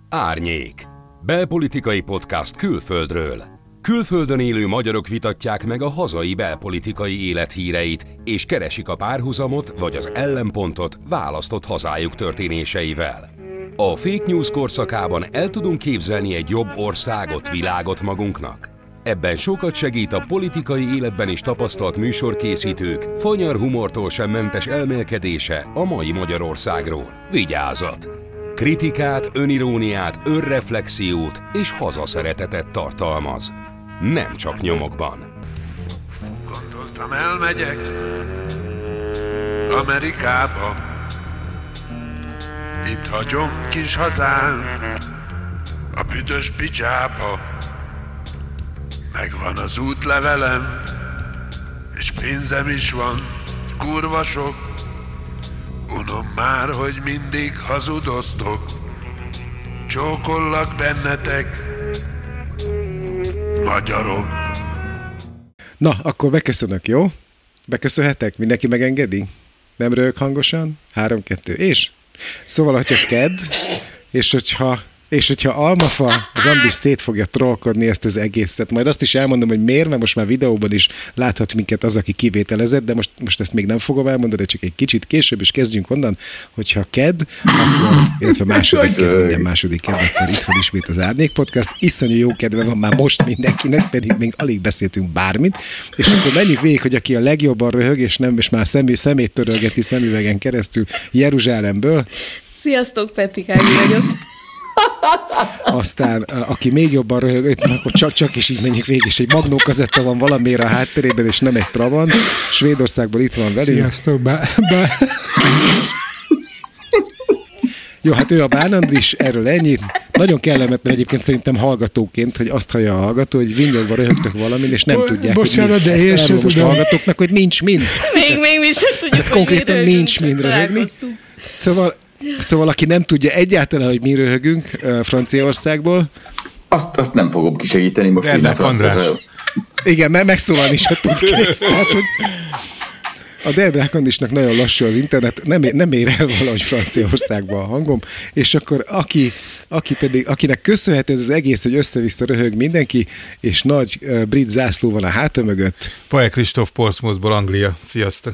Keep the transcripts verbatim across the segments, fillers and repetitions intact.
Árnyék. Belpolitikai podcast külföldről. Külföldön élő magyarok vitatják meg a hazai belpolitikai élet híreit, és keresik a párhuzamot vagy az ellenpontot választott hazájuk történéseivel. A fake news korszakában el tudunk képzelni egy jobb országot, világot magunknak? Ebben sokat segít a politikai életben is tapasztalt műsorkészítők fanyar humortól sem mentes elmélkedése a mai Magyarországról. Vigyázat! Kritikát, öniróniát, önreflexiót és hazaszeretetet tartalmaz. Nem csak nyomokban. Gondoltam, elmegyek Amerikába, itt hagyom kis hazám a büdös picsába. Megvan az útlevelem, és pénzem is van, kurva sok. Unom már, hogy mindig hazudoztok. Csókollak bennetek, magyarok. Na, akkor beköszönök, jó? Beköszönhetek? Mindenki megengedi? Nem röhög hangosan? Három, kettő, és? Szóval, hogyha kedd, és hogyha... És hogyha Almafa, az Andris szét fogja trollkodni ezt az egészet. Majd azt is elmondom, hogy miért, mert most már videóban is láthat minket az, aki kivételezett, de most, most ezt még nem fogom elmondani, de csak egy kicsit később, és kezdjünk onnan, hogyha kedd, akkor, illetve második kedd, minden második kedd, akkor itt van ismét az Árnyék Podcast. Iszonyú jó kedve van már most mindenkinek, pedig még alig beszéltünk bármit. És akkor menjünk végig, hogy aki a legjobban röhög, és nem, és már szemé, szemét törölgeti szemüvegen keresztül Jeruzsálemből. Sziasztok, Peti Ági vagyok. Aztán, aki még jobban röhög, akkor csak, csak is így menjünk végig, és egy Magnó kazetta van valamiért a hátterében, és nem egy Trabant. Svédországból itt van velünk. Sziasztok, bá... bá... Jó, hát ő a Bán Andris, erről ennyit. Nagyon kellemetlen egyébként szerintem hallgatóként, hogy azt hallja a hallgató, hogy vinnyogva röhögtök valamin, és nem Bo- tudják, bocsánat, hogy de ezt én sem most tudom. Hallgatóknak, hogy nincs mind. Még, még mi sem tudjuk, hát konkrétan nincs mind röhögni. Szóval, szóval, aki nem tudja egyáltalán, hogy mi röhögünk Franciaországból. Azt, azt nem fogom kisegíteni most. Erdek András. Igen, mert megszólalni is tud kész. Tehát, hogy a Erdek Andrásnak nagyon lassú az internet, nem, nem ér el valahogy Franciaországban a hangom, és akkor aki, aki pedig, akinek köszönhető ez az egész, hogy össze-vissza röhög mindenki, és nagy uh, brit zászló van a háta mögött. Paje Kristóf Portsmouthból, Anglia. Sziasztok!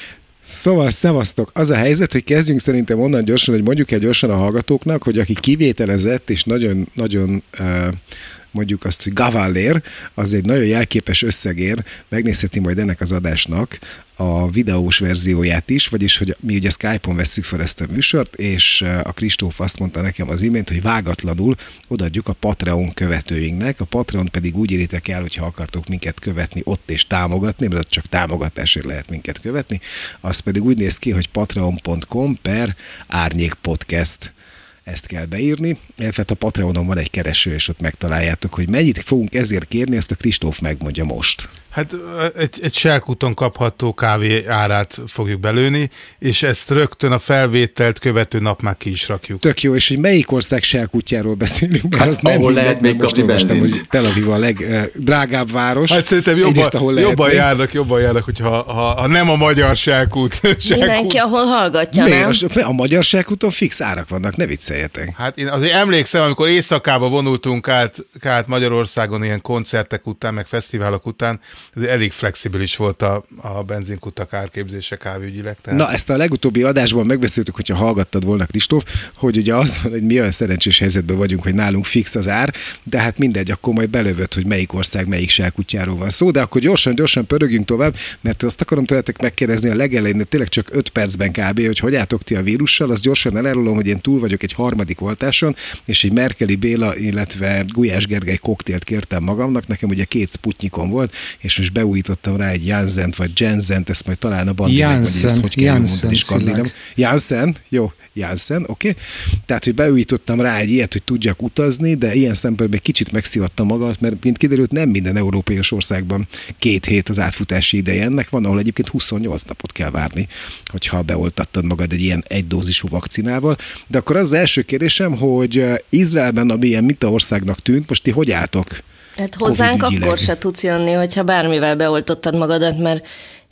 Szóval szevasztok, az a helyzet, hogy kezdjünk szerintem onnan gyorsan, hogy mondjuk el gyorsan a hallgatóknak, hogy aki kivételezett, és nagyon, nagyon uh, mondjuk azt, hogy gavallér, az egy nagyon jelképes összegér, megnézheti majd ennek az adásnak a videós verzióját is, vagyis, hogy mi ugye Skype-on vesszük fel ezt a műsort, és a Kristóf azt mondta nekem az imént, hogy vágatlanul odaadjuk a Patreon követőinknek, a Patreon pedig úgy éritek el, hogyha akartok minket követni ott és támogatni, mert ott csak támogatásért lehet minket követni, az pedig úgy néz ki, hogy patreon pont com per árnyék podcast. Ezt kell beírni, illetve a Patreonon van egy kereső, és ott megtaláljátok, hogy mennyit fogunk ezért kérni, ezt a Kristóf megmondja most. Hát egy, egy selkúton kapható kávé árát fogjuk belőni, és ezt rögtön a felvételt követő nap már ki is rakjuk. Tök jó, és hogy melyik ország selkútjáról beszélünk, mert hát, az nem lehet még most olvastam, hogy Tel Aviv a legdrágább város. Hát szerintem jobban, jobban járnak, jobban járnak, hogyha ha, ha nem a magyar selkút. Mindenki, ahol hallgatja, nem? A, a magyar selkúton fix árak vannak, ne vicceljetek. Hát én azért emlékszem, amikor éjszakába vonultunk át, át Magyarországon ilyen koncertek után, meg fesztiválok után, ez elég flexibilis volt a, a benzinkutak árképzése kávügyileg. Tehát... Na, ezt a legutóbbi adásban megbeszéltük, hogyha hallgattad volna, Kristóf, hogy ugye az van, hogy mi olyan szerencsés helyzetben vagyunk, hogy nálunk fix az ár, de hát mindegy, akkor majd belövöd, hogy melyik ország, melyik selkutyáról van szó, de akkor gyorsan, gyorsan pörögjünk tovább, mert azt akarom tőletek megkérdezni a legelején, tényleg csak öt percben kb., hogy hogy álltok ti a vírussal, azt gyorsan elárulom, hogy én túl vagyok egy harmadik oltáson, és egy Merkeli Béla, illetve Gulyás Gergely koktélt kértem magamnak, nekem ugye két Sputnikon volt, és most beújítottam rá egy Janssent vagy Jensent, ezt majd talán a Bandi meg, hogy ezt hogy kell mondani, skandinav. Janssen, jó, Janssen, oké. Okay. Tehát, hogy beújítottam rá egy ilyet, hogy tudjak utazni, de ilyen szempontból egy kicsit megszivattam magam, mert mint kiderült, nem minden európai országban két hét az átfutási ideje ennek, van, ahol egyébként huszonnyolc napot kell várni, hogyha beoltattad magad egy ilyen egydózisú vakcinával. De akkor az, az első kérdésem, hogy Izraelben, ami ilyen mintaországnak tűnt, most ti hogy álltok? Hát hozzánk akkor se tudsz jönni, hogyha bármivel beoltottad magadat, mert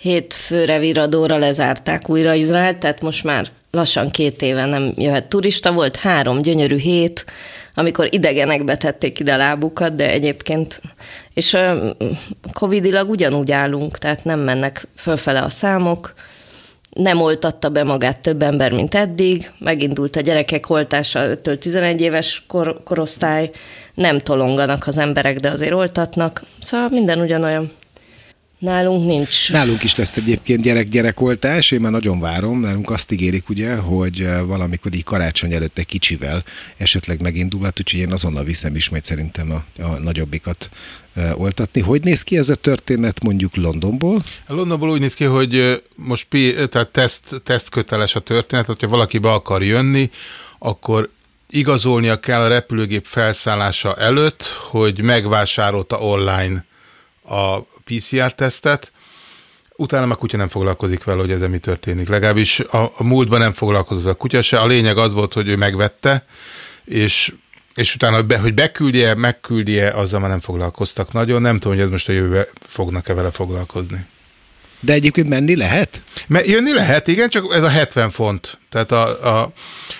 hétfőre virradóra lezárták újra Izraelt, tehát most már lassan két éve nem jöhet turista. Volt három gyönyörű hét, amikor idegenek betették ide a lábukat, de egyébként, és covidilag ugyanúgy állunk, tehát nem mennek fölfele a számok, nem oltatta be magát több ember, mint eddig, megindult a gyerekek oltása öttől tizenegy éves kor- korosztály, nem tolonganak az emberek, de azért oltatnak, szóval minden ugyanolyan. Nálunk nincs. Nálunk is lesz egyébként gyerek-gyerekoltás, én már nagyon várom, nálunk azt ígérik ugye, hogy valamikor így karácsony előtt egy kicsivel esetleg megindulhat, úgyhogy én azonnal viszem is majd szerintem a, a nagyobbikat e, oltatni. Hogy néz ki ez a történet mondjuk Londonból? A Londonból úgy néz ki, hogy most tehát teszt, tesztköteles a történet, hogyha valaki be akar jönni, akkor igazolnia kell a repülőgép felszállása előtt, hogy megvásárolta online a pé cé er-tesztet, utána a kutya nem foglalkozik vele, hogy ez mi történik. Legalábbis a, a múltban nem foglalkozott a kutya se. A lényeg az volt, hogy ő megvette, és, és utána, be, hogy beküldje, megküldje, azzal már nem foglalkoztak nagyon. Nem tudom, hogy ez most a jövőben fognak-e vele foglalkozni. De egyébként menni lehet? Me, jönni lehet, igen, csak ez a hetven font. Tehát a, a,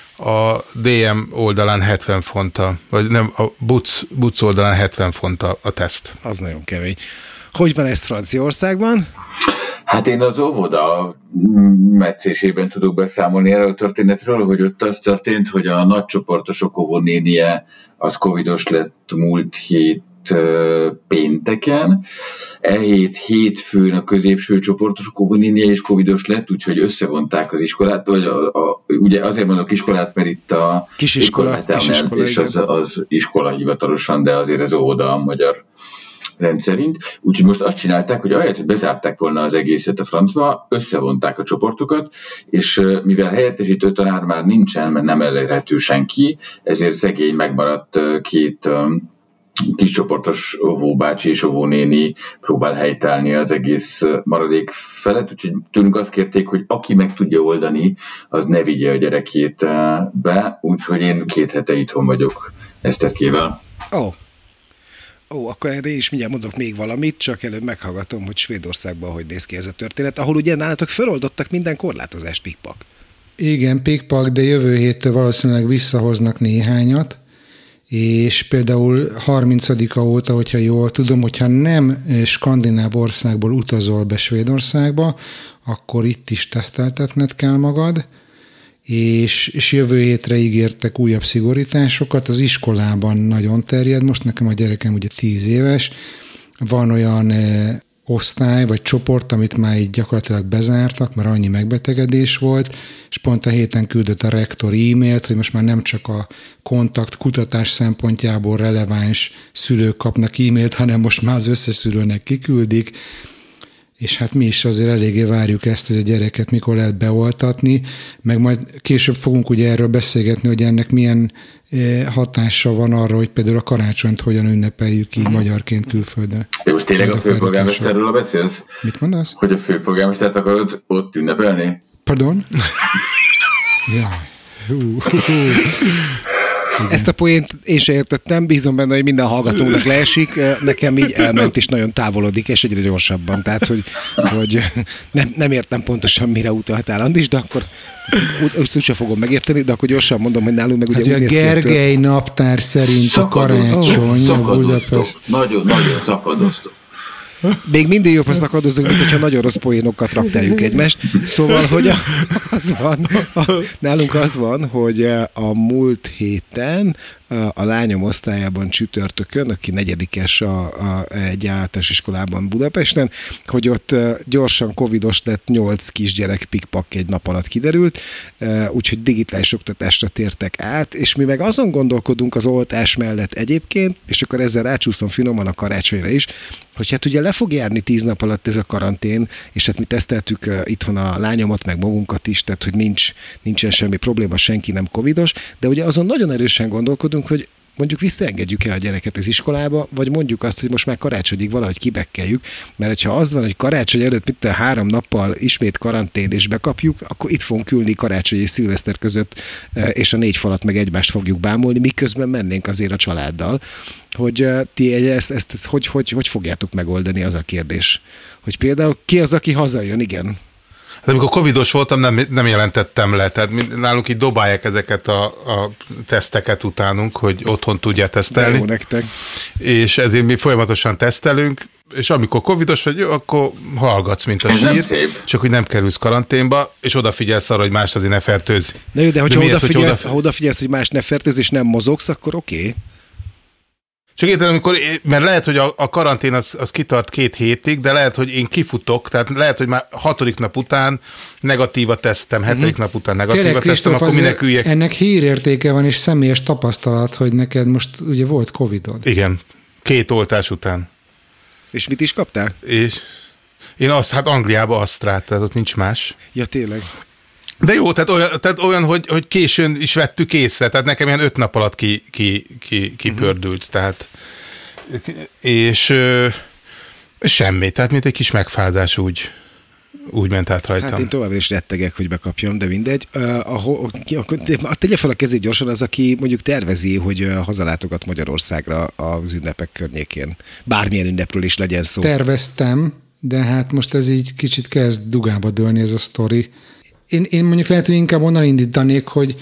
a dé em oldalán hetven font, a, vagy nem, a Buc, Buc oldalán hetven font a, a teszt. Az nagyon kemény. Hogy van ez Franciaországban? Hát én az óvoda meccésében tudok beszámolni erről a történetről, hogy ott az történt, hogy a nagycsoportosok óvónénie az covidos lett múlt hét pénteken. E hét hétfőn a középső csoportosok óvónénie is covidos lett, úgyhogy összevonták az iskolát, vagy a, a, ugye azért mondok iskolát, mert itt a kisiskola, kisiskola, és az, az iskola hivatalosan, de azért ez óvoda a magyar rendszerint. Úgyhogy most azt csinálták, hogy ahelyett, hogy bezárták volna az egészet a francba, összevonták a csoportokat, és mivel helyettesítő tanár már nincsen, mert nem elérhető senki, ezért szegény megmaradt két kis csoportos óvóbácsi és óvónéni próbál helytállni az egész maradék felett, úgyhogy tőlünk azt kérték, hogy aki meg tudja oldani, az ne vigye a gyerekét be, úgyhogy én két hete itthon vagyok Eszterkével. Ó. Oh. Ó, akkor erre is mindjárt mondok még valamit, csak előbb meghallgatom, hogy Svédországban hogy néz ki ez a történet, ahol ugye nálatok feloldottak minden korlátozást, pikpak. Igen, pikpak, de jövő héttől valószínűleg visszahoznak néhányat, és például harmincadika óta, hogyha jól tudom, hogyha nem skandináv országból utazol be Svédországba, akkor itt is teszteltetned kell magad, és, és jövő hétre ígértek újabb szigorításokat. Az iskolában nagyon terjed, most nekem a gyerekem ugye tíz éves, van olyan e, osztály vagy csoport, amit már így gyakorlatilag bezártak, mert annyi megbetegedés volt, és pont a héten küldött a rektor e-mailt, hogy most már nem csak a kontakt kutatás szempontjából releváns szülők kapnak e-mailt, hanem most már az összes szülőnek kiküldik, és hát mi is azért eléggé várjuk ezt, hogy a gyereket mikor lehet beoltatni, meg majd később fogunk ugye erről beszélgetni, hogy ennek milyen hatása van arra, hogy például a karácsonyt hogyan ünnepeljük így magyarként külföldön. De most tényleg a főpolgármesterről beszélsz? Mit mondasz? Hogy a főpolgármestert akarod ott ünnepelni? Pardon? Jaj. Hú, hú. Igen. Ezt a poént én sem értettem, bízom benne, hogy minden hallgatónak leesik, nekem így elment és nagyon távolodik, és egyre gyorsabban, tehát hogy, hogy nem, nem értem pontosan, mire utaltál Andis, de akkor úgy, úgy sem fogom megérteni, de akkor gyorsan mondom, hogy nálunk meg ugye hát úgy a Gergely tört... naptár szerint szakadó, a karácsony oh, a Budapest. Nagyon, nagyon szakadoztok. Még mindig jobb, ha szakadozunk, mint hogyha nagyon rossz poénokat raktáljuk egymást. Szóval, hogy a, az van, a, nálunk az van, hogy a múlt héten a lányom osztályában csütörtökön, aki negyedikes a, a, egy általános iskolában Budapesten, hogy ott gyorsan covidos lett nyolc kisgyerek pikpak egy nap alatt kiderült, úgyhogy digitális oktatásra tértek át, és mi meg azon gondolkodunk az oltás mellett egyébként, és akkor ezzel rácsúszom finoman a karácsonyra is, hogy hát ugye le fog járni tíz nap alatt ez a karantén, és hát mi teszteltük itthon a lányomat, meg magunkat is, tehát hogy nincs, nincsen semmi probléma, senki nem covidos, de ugye azon nagyon erősen gondolkodunk, hogy mondjuk visszaengedjük el a gyereket az iskolába, vagy mondjuk azt, hogy most már karácsonyig valahogy kibekkeljük, mert ha az van, hogy karácsony előtt mit a három nappal ismét karantén és bekapjuk, akkor itt fogunk ülni karácsony és szilveszter között, és a négy falat meg egymást fogjuk bámulni, miközben mennénk azért a családdal. Hogy ti ezt, ezt, ezt hogy, hogy, hogy fogjátok megoldani, az a kérdés. Hogy például ki az, aki hazajön, igen. Hát amikor covidos voltam, nem, nem jelentettem le, tehát nálunk így dobálják ezeket a, a teszteket utánunk, hogy otthon tudja tesztelni. De jó nektek. És ezért mi folyamatosan tesztelünk, és amikor covidos vagy, akkor hallgatsz, mint a sír, csak hogy nem kerülsz karanténba, és odafigyelsz arra, hogy mást azért ne fertőzz. Na jó, de hogyha de miért, odafigyelsz, odaf... ha odafigyelsz, hogy más ne fertőz, és nem mozogsz, akkor oké. Okay. Csak érted, amikor, mert lehet, hogy a, a karantén az, az kitart két hétig, de lehet, hogy én kifutok, tehát lehet, hogy már hatodik nap után negatív a tesztem, hetedik mm-hmm. nap után negatív Tényleg, a tesztem, akkor minek üljek. Ennek hírértéke van, és személyes tapasztalat, hogy neked most ugye volt covidod. Igen, két oltás után. És mit is kaptál? És én azt, hát Angliában Asztrát, tehát ott nincs más. Ja, tényleg. De jó, tehát olyan, tehát olyan hogy, hogy későn is vettük észre, tehát nekem ilyen öt nap alatt ki, ki, ki, kipördült, uh-huh. tehát és, és semmi, tehát mint egy kis megfázás úgy, úgy ment át rajtam. Hát én továbbra is rettegek, hogy bekapjam, de mindegy. Uh, tegye fel a kezét gyorsan az, aki mondjuk tervezi, hogy hazalátogat Magyarországra az ünnepek környékén. Bármilyen ünnepről is legyen szó. Terveztem, de hát most ez így kicsit kezd dugába dőlni ez a sztori. Én, én mondjuk lehet, hogy inkább onnan indítanék, hogy,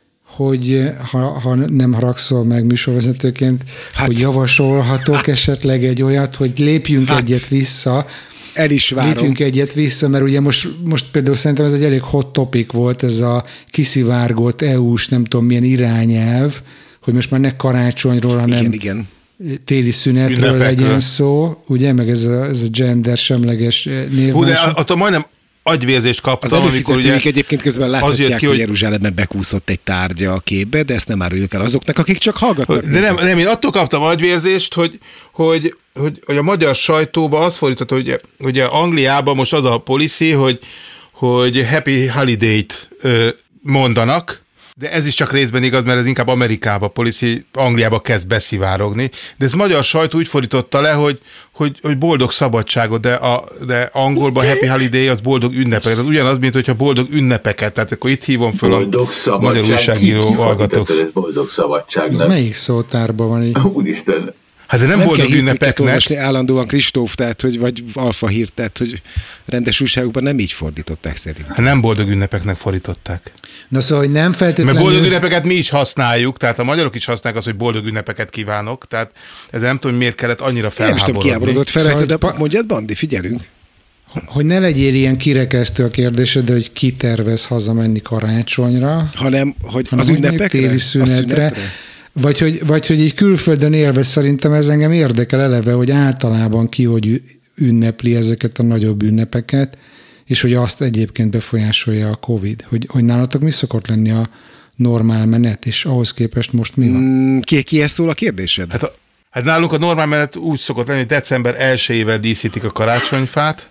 hogy ha, ha nem haragszol meg műsorvezetőként, hát, hogy javasolhatok esetleg egy olyat, hogy lépjünk hát, egyet vissza. El is várom. Lépjünk egyet vissza, mert ugye most, most például szerintem ez egy elég hot topic volt, ez a kiszivárgott é u-s nem tudom milyen irányelv, hogy most már ne karácsonyról, hanem igen, igen. téli szünetről Ünnepekről. Legyen szó, ugye, meg ez a, ez a gender semleges név. Hú, de attól majdnem agyvérzést kaptam. Az előfizetőik egyébként közben láthatják, ki, hogy Jeruzsálemben bekúszott egy tárgya a képbe, de ezt nem áruljuk el azoknak, akik csak hallgatnak. De nem, nem, én attól kaptam agyvérzést, hogy, hogy, hogy, hogy a magyar sajtóban az fordított, hogy ugye Angliában most az a policy, hogy, hogy Happy Holiday-t mondanak, de ez is csak részben igaz, mert ez inkább Amerikába, policy Angliába kezd beszivárogni. De ez magyar sajtó úgy fordította le, hogy, hogy, hogy boldog szabadságot, de, a, de angolban Happy Holiday az boldog ünnepeket. Az ugyanaz, mint hogyha boldog ünnepeket. Tehát akkor itt hívom föl boldog a magyar újságíró hallgatók. Ez boldog szabadság. Ez melyik szótárban van így? Úristen! Hát de nem, nem boldog ünnepeknek. Állandóan Kristóf, tehát, hogy, vagy Alfa Hír, tehát, hogy rendes újságokban nem így fordították szerintem. Hát nem boldog ünnepeknek fordították. Na szóval, hogy nem feltétlenül... Mert boldog ünnepeket mi is használjuk, tehát a magyarok is használják azt, hogy boldog ünnepeket kívánok, tehát ez nem tudom, miért kellett annyira felháborodni. Nem is tudom, kiáborodott fel, szóval, de pa... mondjad, Bandi, figyelünk. Hogy ne legyél ilyen kirekesztő a kérdésed, de hogy ki tervez hazamenni karácsonyra, hanem, hogy hanem az ünnepekre, téli szünetre, Vagy hogy, vagy hogy így külföldön élve szerintem ez engem érdekel eleve, hogy általában ki hogy ünnepli ezeket a nagyobb ünnepeket, és hogy azt egyébként befolyásolja a Covid. Hogy, hogy nálatok mi szokott lenni a normál menet, és ahhoz képest most mi van? Mm, ki, kihez szól a kérdésed? Hát, a, hát nálunk a normál menet úgy szokott lenni, hogy december elsejével díszítik a karácsonyfát,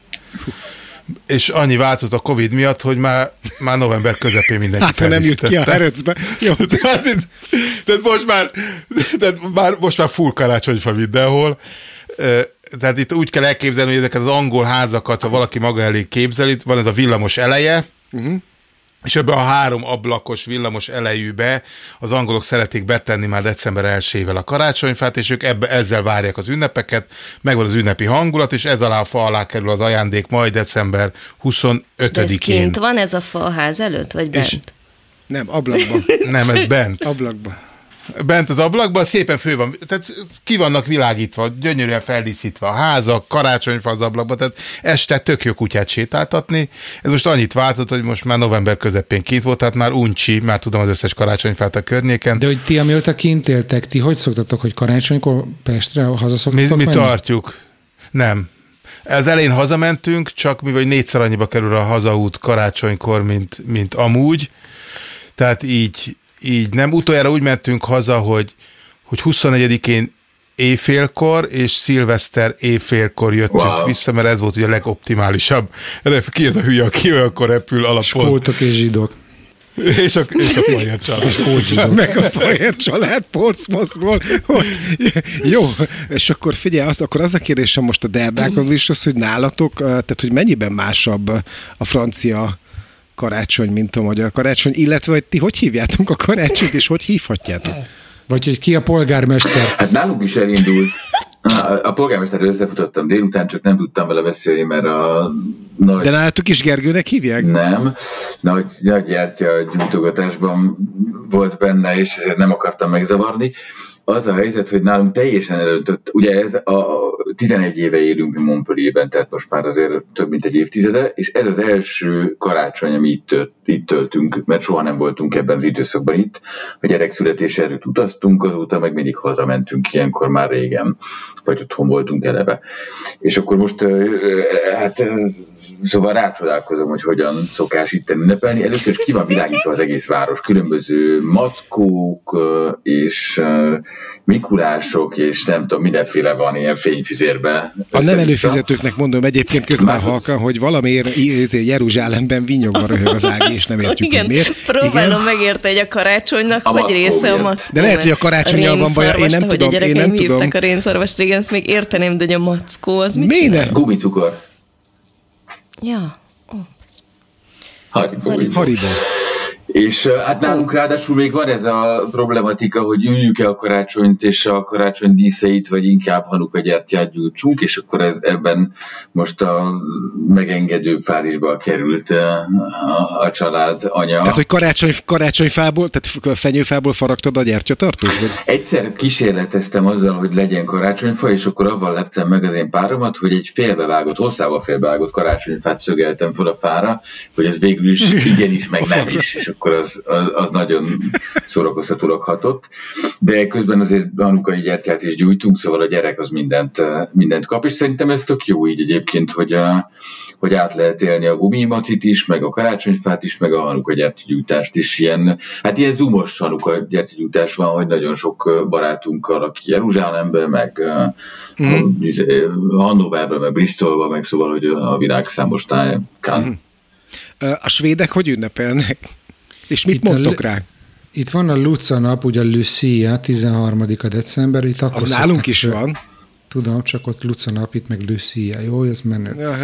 és annyi változott a Covid miatt, hogy már, már november közepén mindenki hát, ha nem jut ki a Hercbe. Jó, tehát, tehát, most már, tehát már, most már full karácsonyfa mindenhol. Tehát itt úgy kell elképzelni, hogy ezeket az angol házakat, ha valaki maga elé képzeli, van ez a villamos eleje, uh-huh. és ebbe a három ablakos villamos elejűbe az angolok szeretik betenni már december elsejével a karácsonyfát, és ők ebbe, ezzel várják az ünnepeket, megvan az ünnepi hangulat, és ez alá a fa alá kerül az ajándék majd december huszonötödikén. De ez kint van ez a fa a ház előtt, vagy bent? És nem, ablakban. Nem, ez bent. Ablakban. Bent az ablakban szépen fő van, tehát ki vannak világítva, gyönyörűen feldíszítve a házak, karácsonyfa az ablakban, tehát este tök jó kutyát sétáltatni. Ez most annyit váltott, hogy most már november közepén kint volt, tehát már uncsi, már tudom az összes karácsonyfát a környéken. De hogy ti, amióta kint éltek, ti hogy szoktatok, hogy karácsonykor Pestre hazaszoktatok Mi, mi menni? tartjuk. Nem. Az elején hazamentünk, csak mivel négyszer annyiba kerül a hazaút karácsonykor, mint, mint amúgy. Tehát így Így nem, utoljára úgy mentünk haza, hogy, hogy huszonegyedikén éjfélkor és szilveszter éjfélkor jöttünk wow. vissza, mert ez volt ugye a legoptimálisabb. Ki ez a hülye, aki olyankor repül alapon? Skótok és zsidók. és a, és a Pajer család. Meg a Pajer család Portsmouthból. Hogy, jó, és akkor figyelj, az, akkor az a kérdésem most a derdákon is az, hogy nálatok, tehát hogy mennyiben másabb a francia karácsony, mint a magyar karácsony, illetve hogy ti hogy hívjátok a karácsonyt, és hogy hívhatjátok? Vagy hogy ki a polgármester? Hát nálunk is elindult. A polgármesterről összefutottam délután, csak nem tudtam vele beszélni, mert a nagy... De nálatok is Gergőnek hívják? Nem. Nagy, nagy gyertya gyújtogatásban volt benne, és ezért nem akartam megzavarni. Az a helyzet, hogy nálunk teljesen eldöntött, ugye ez a tizenegy éve élünk Montpellierben, tehát most már azért több mint egy évtizede, és ez az első karácsony, ami itt, tölt, itt töltünk, mert soha nem voltunk ebben az időszakban itt. A gyerek születése előtt utaztunk, azóta meg mindig hazamentünk ilyenkor már régen, vagy otthon voltunk eleve. És akkor most, hát szóval rácsodálkozom, hogy hogyan szokás itt ünnepelni. Először is ki van világítva az egész város, különböző mackók és Mikulások, és nem tudom, mindenféle van ilyen fényfüzérbe. A nem előfizetőknek mondom egyébként közben halkan, hogy valamiért Jeruzsálemben vinyogva röhög az Ági, és nem értjük, igen, hogy miért. Próbálom igen. megérteni, hogy a karácsonynak, a hogy része a mackó. De lehet, hogy a karácsonnyal van baj, én nem tudom. Hogy a én nem hívtak tudom. a rénszarvast, régen, ezt még érteném, de hogy a mackó az mit Miért csinál? Gumicukor. Ja. Oh. Haribo. Haribo. Haribo. És hát nálunk ráadásul még van ez a problematika, hogy üljük-e a karácsonyt és a karácsony díszeit, vagy inkább Hanuka gyertyát gyújtsunk, és akkor ez, ebben most a megengedő fázisba került a, a család anya. Tehát, hogy karácsony, karácsonyfából, tehát fenyőfából faragtad a gyertyatartót? Vagy? Egyszer kísérleteztem azzal, hogy legyen karácsonyfa, és akkor avval leptem meg az én páromat, hogy egy félbevágott, hosszával félbevágott karácsonyfát szögeltem fel a fára, hogy ez végül is igenis, meg nem is, és akkor az, az, az nagyon szórakoztatólag hatott. De közben azért hanukai gyertyát is gyújtunk, szóval a gyerek az mindent, mindent kap, és szerintem ez tök jó így egyébként, hogy, a, hogy át lehet élni a gumimacit is, meg a karácsonyfát is, meg a hanuka gyertyagyújtást is. Ilyen, hát ilyen zoomos hanuka gyertyagyújtás van, hogy nagyon sok barátunkkal, aki Jeruzsálemben, meg mm. Hannoverben, meg Bristolban, meg szóval, hogy a világ számos táján. Mm. A svédek hogy ünnepelnek? És mit itt mondtok rá? Itt van a Luca nap, ugye a Lucia, tizenharmadika december. Itt akkor az nálunk is fel. Van. Tudom, csak ott Luca nap, itt meg Lucia. Jó, ez menő. Ja,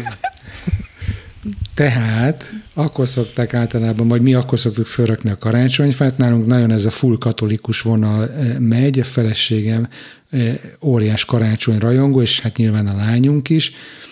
tehát akkor szokták általában, vagy mi akkor szoktuk fölrakni a karácsonyfát. Nálunk nagyon ez a full katolikus vonal megy, a feleségem óriás karácsony rajongó, és hát nyilván a lányunk is.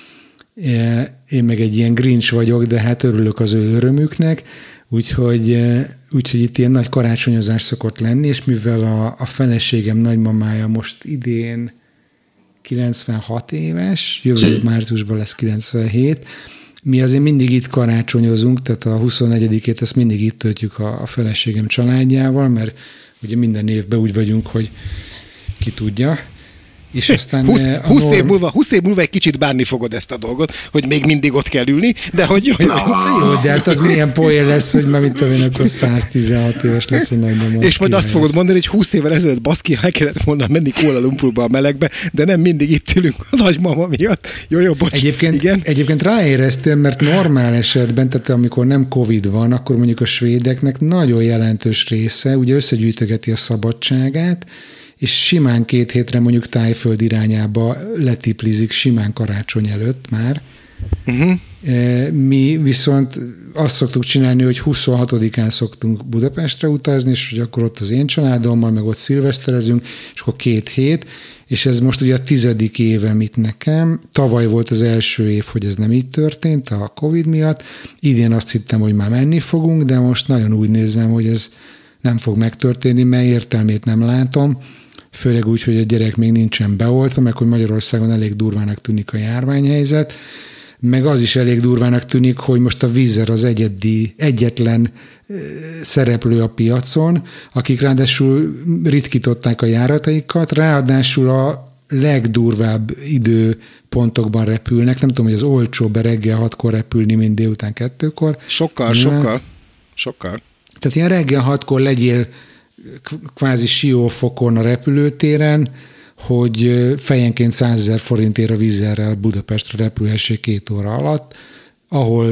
Én meg egy ilyen Grinch vagyok, de hát örülök az ő örömüknek, úgyhogy, úgyhogy itt ilyen nagy karácsonyozás szokott lenni, és mivel a, a feleségem nagymamája most idén kilencvenhat éves, jövő márciusban lesz kilencvenhét, mi azért mindig itt karácsonyozunk, tehát a huszonnegyedikét ezt mindig itt töltjük a, a feleségem családjával, mert ugye minden évben úgy vagyunk, hogy ki tudja. És aztán húsz, a húsz, norm... év múlva, húsz év múlva egy kicsit bánni fogod ezt a dolgot, hogy még mindig ott kell ülni, de hogy jó, jó. Jó, de hát az milyen poén lesz, hogy már mit tudom én, akkor száztizenhat éves lesz a nagymama. És majd azt fogod mondani, hogy húsz évvel ezelőtt baszki, el kellett volna menni Kuala Lumpurba a melegbe, de nem mindig itt ülünk a nagymama miatt. Jó, jó, bocs. Egyébként, igen. egyébként ráéreztél, mert normál esetben, tehát amikor nem Covid van, akkor mondjuk a svédeknek nagyon jelentős része, ugye összegyűjtögeti a szabadságát, és simán két hétre mondjuk Tájföld irányába letiplizik simán karácsony előtt már. Uh-huh. Mi viszont azt szoktuk csinálni, hogy huszonhatodikán szoktunk Budapestre utazni, és hogy akkor ott az én családommal, meg ott szilveszterezünk, és akkor két hét, és ez most ugye a tizedik évem itt nekem. Tavaly volt az első év, hogy ez nem így történt a Covid miatt. Idén azt hittem, hogy már menni fogunk, de most nagyon úgy nézem, hogy ez nem fog megtörténni, mert értelmét nem látom. Főleg úgy, hogy a gyerek még nincsen beoltva, meg hogy Magyarországon elég durvának tűnik a járványhelyzet, meg az is elég durvának tűnik, hogy most a Wizz az egyedi, egyetlen szereplő a piacon, akik ráadásul ritkították a járataikat, ráadásul a legdurvább időpontokban repülnek, nem tudom, hogy az olcsóbb reggel hatkor repülni, mint délután kettőkor. Sokkal, Nyilván, sokkal, sokkal. Tehát ilyen reggel hatkor legyél kvázi siófokon a repülőtéren, hogy fejenként százezer forintért a Wizzerrel Budapestre repülhessék két óra alatt, ahol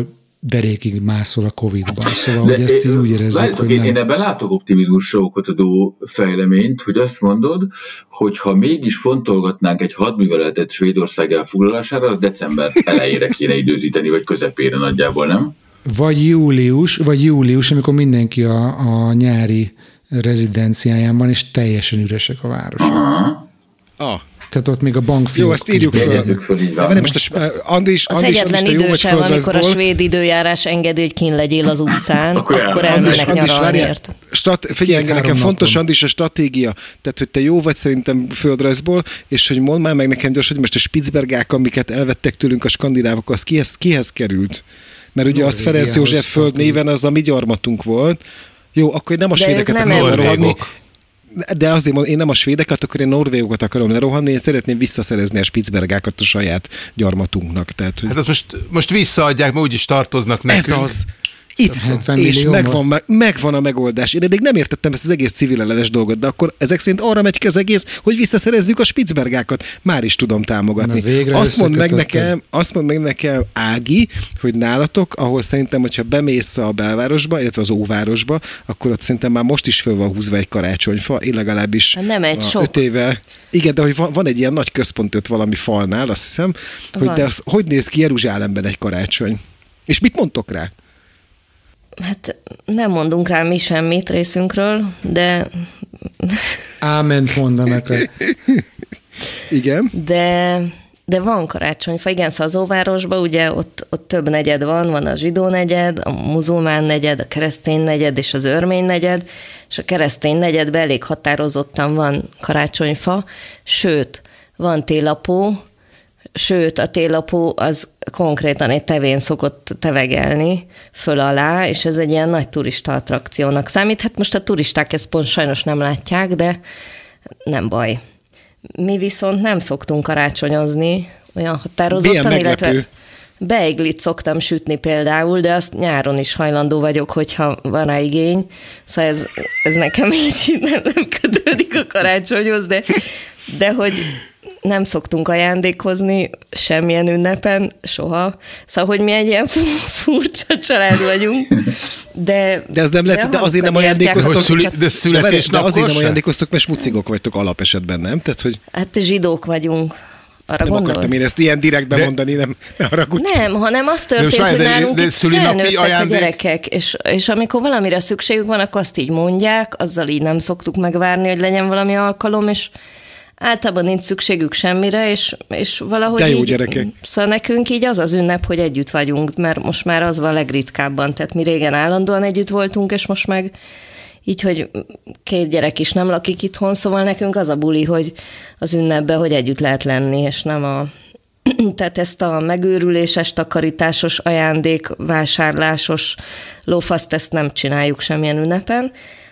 derékig mászol a Covid-ban. Szóval, hogy ezt így úgy érezzük, Látok, hogy én, nem... én ebben látok optimizmusra okot adó fejleményt, hogy azt mondod, hogy ha mégis fontolgatnánk egy hadműveletet Svédország elfoglalására, az december elejére kéne időzíteni, vagy közepére nagyjából, nem? Vagy július, vagy július, amikor mindenki a, a nyári rezidenciáján van, és teljesen üresek a városok. Ah. Tehát ott még a bankfiók... Jó, ezt írjuk föl. föl így van. De most a, Andis, Az Andis, egyetlen Andis, idő sem, amikor a svéd időjárás engedi, hogy kín legyél az utcán, akkor, akkor Andis, elmennek Andis, nyaralni. várjál, strat, figyelj, nekem napon. fontos, Andis, a stratégia. Tehát, hogy te jó vagy szerintem földrajzból, és hogy mondd már meg nekem gyors, hogy most a Spitzbergák, amiket elvettek tőlünk a skandinávok, az kihez, kihez került? Mert ugye az Ferenc József föld néven az a mi gyarmatunk volt. Jó, akkor nem a svédeket akarom lerohanni. De azért mondom, én nem a svédeket, akkor én norvégokat akarom lerohanni, én szeretném visszaszerezni a Spitzbergákat a saját gyarmatunknak. Tehát, hogy... Hát azt most, most visszaadják, mert úgyis tartoznak nekünk. Ez az. Itt van, és megvan, meg, megvan a megoldás. Én eddig nem értettem ezt az egész civil ellenes dolgot, de akkor ezek szerint arra megy ki az egész, hogy visszaszerezzük a Spitzbergákat. Már is tudom támogatni. Azt mondd meg nekem, azt mondd meg nekem, Ági, hogy nálatok, ahol szerintem, hogyha bemész a belvárosba, illetve az óvárosba, akkor ott szerintem már most is föl van húzva egy karácsonyfa, én legalábbis nem egy sok. öt éve. Igen, de hogy van, van egy ilyen nagy központ öt valami falnál, azt hiszem, hogy de az, hogy néz ki Jeruzsálemben egy karácsony. És mit mondtok rá? Hát nem mondunk rá mi semmit részünkről, de... Áment mondanak rá. Igen. De, de van karácsonyfa, igen, Szazóvárosban, ugye ott, ott több negyed van, van a zsidó negyed, a muzulmán negyed, a keresztény negyed és az örmény negyed, és a keresztény negyedben elég határozottan van karácsonyfa, sőt, van télapó, sőt, a télapó az konkrétan egy tevén szokott tevegelni föl alá, és ez egy ilyen nagy turista attrakciónak számít. Hát most a turisták ezt pont sajnos nem látják, de nem baj. Mi viszont nem szoktunk karácsonyozni olyan határozottan, illetve beiglit szoktam sütni például, de azt nyáron is hajlandó vagyok, hogyha van rá igény. Szóval ez, ez nekem így nem, nem kötődik a karácsonyhoz, de, de hogy nem szoktunk ajándékozni semmilyen ünnepen, soha. Szóval, hogy mi egy ilyen furcsa család vagyunk. De, de, ez nem lehet, de, de azért nem ajándékoztok. Szüli, de születésnapkor de azért nem ajándékoztok, mert smucigok vagytok alapesetben, nem? Tehát, hogy... Hát zsidók vagyunk. Arra nem gondolsz? akartam én ezt ilyen direktben de... mondani, nem, nem haragudj. Nem, hanem az történt, de hogy de, nálunk de, de itt felnőttek ajándék... a gyerekek, és, és amikor valamire szükségük van, akkor azt így mondják, azzal így nem szoktuk megvárni, hogy legyen valami alkalom, és általában nincs szükségük semmire, és, és valahogy de jó így, gyerekek. Szóval nekünk így az az ünnep, hogy együtt vagyunk, mert most már az van legritkábban, tehát mi régen állandóan együtt voltunk, és most meg így, hogy két gyerek is nem lakik itthon, szóval nekünk az a buli, hogy az ünnepben, hogy együtt lehet lenni, és nem a... Tehát ezt a megőrüléses, takarításos, ajándékvásárlásos lófaszt, ezt nem csináljuk semmilyen ünnepen.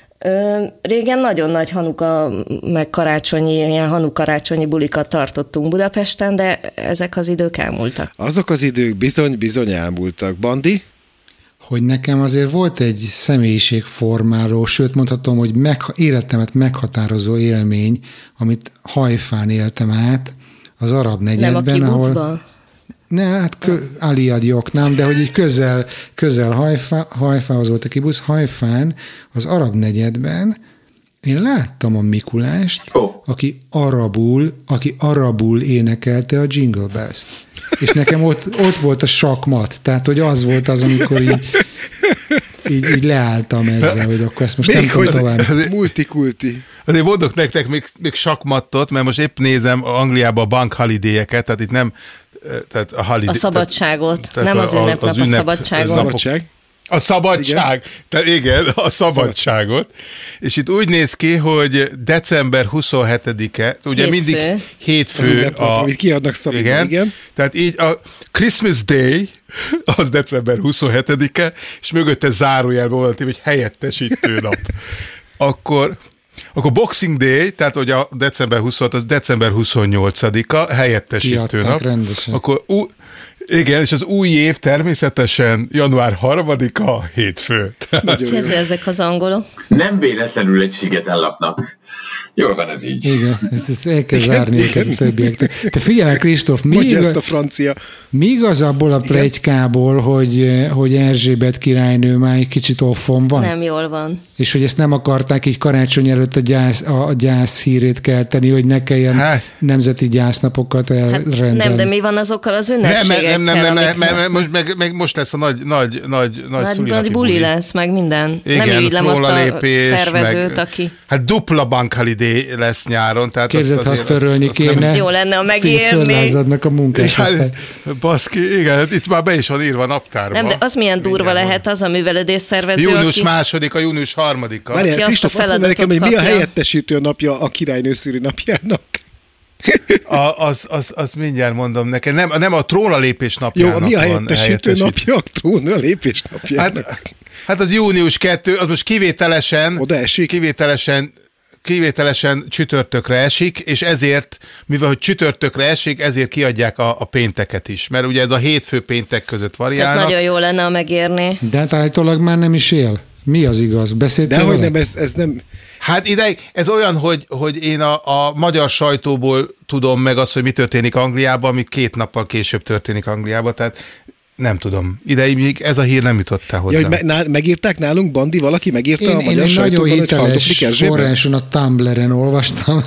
Régen nagyon nagy hanuka, meg karácsonyi, ilyen hanukarácsonyi bulikat tartottunk Budapesten, de ezek az idők elmúltak. Azok az idők bizony-bizony elmúltak. Bandi? Hogy nekem azért volt egy személyiségformáló, sőt mondhatom, hogy meg, életemet meghatározó élmény, amit Hajfán éltem át, az arab negyedben. Nem a kibucban? Ahol... Ne, hát kö, Aliad Joknám, de hogy így közel, közel Hajfá, Hajfához volt a kibusz, Hajfán, az arab negyedben én láttam a Mikulást, oh. aki arabul, aki arabul énekelte a Jingle Bells-t. És nekem ott, ott volt a sakmat, tehát hogy az volt az, amikor így, így, így leálltam ezzel, hogy akkor ezt most még nem tudom tovább. Multikulti. Azért mondok nektek még, még sakmattot, mert most épp nézem Angliában a bank holiday-eket, tehát itt nem tehát a, holiday, a szabadságot, tehát, nem tehát az ünnepnap, az ünnep, a szabadságot. A szabadság. A szabadság, igen. Tehát igen, a szabadságot. Szabad. És itt úgy néz ki, hogy december huszonhetedike, ugye hétfő. mindig hétfő. Az ünnepnap, a, amit kiadnak szabadon, igen. igen. Tehát így a Christmas Day, az december huszonhetedike, és mögötte zárójelben volt, hogy helyettesítő nap. Akkor... Akkor Boxing Day, tehát hogy a december huszonhat, az december huszonnyolcadika, helyettesítő nap. Rendesen. Akkor ú, Igen, és az új év természetesen január harmadika, hétfő. Ez ezek az angolok. Nem véletlenül egy szigetán laknak. Jól van ez így. Igen, ezt, ezt el kell zárni őket a többiektől. Te figyelj, Kristóf, mi, igaz, ezt a francia. mi igaz abból a pletykából, hogy, hogy Erzsébet királynő már egy kicsit offon van? Nem jól van. És hogy ezt nem akarták így karácsony előtt a gyász, a gyász hírét kelteni, hogy ne kelljen hát, nemzeti gyásznapokat elrendelni. Hát nem, de mi van azokkal az ünnepségekkel? Nem, nem, nem, nem, nem, nem most, meg, meg most lesz a nagy, nagy, nagy, nagy hát, szulinapi nagy buli lesz, meg minden. Igen, nem irigylem azt a lépés, szervezőt, meg, aki... Hát dupla bank holiday lesz nyáron. Tehát képzeld, ha azt törölni azt, kéne. Azt jó lenne, a megérni. Föllázadnak a munkás. Hát, baszki, igen, itt már be is van írva naptárba. Nem, de az milyen durva minden lehet az a művelődés szervező, június aki... másodika, június harmadika. Várjál, Kristóf, azt mondja nekem, hogy mi a helyettesítő napja a királynő szülinapjának? A, az, az, az mindjárt mondom neked. Nem, nem a trónra lépés napjának. Jó, mi a helyettesítő napja a trónra lépés napjának? Hát, hát az június kettő, az most kivételesen... Oda esik? Kivételesen, kivételesen csütörtökre esik, és ezért, mivel hogy csütörtökre esik, ezért kiadják a, a pénteket is. Mert ugye ez a hétfő péntek között variálnak. Tehát nagyon jó lenne, ha megérni. De hát állítólag már nem is él. Mi az igaz? Beszéltél De vele? hogy nem, ez, ez nem... Hát ideig, ez olyan, hogy, hogy én a, a magyar sajtóból tudom meg azt, hogy mi történik Angliában, amit két nappal később történik Angliában, tehát nem tudom. Ideig még ez a hír nem jutott el hozzám. Ja, hogy me- megírták nálunk, Bandi, valaki megírta én, a magyar én sajtóban, nagyon hogy hiteles forráson a Tumblr-en olvastam.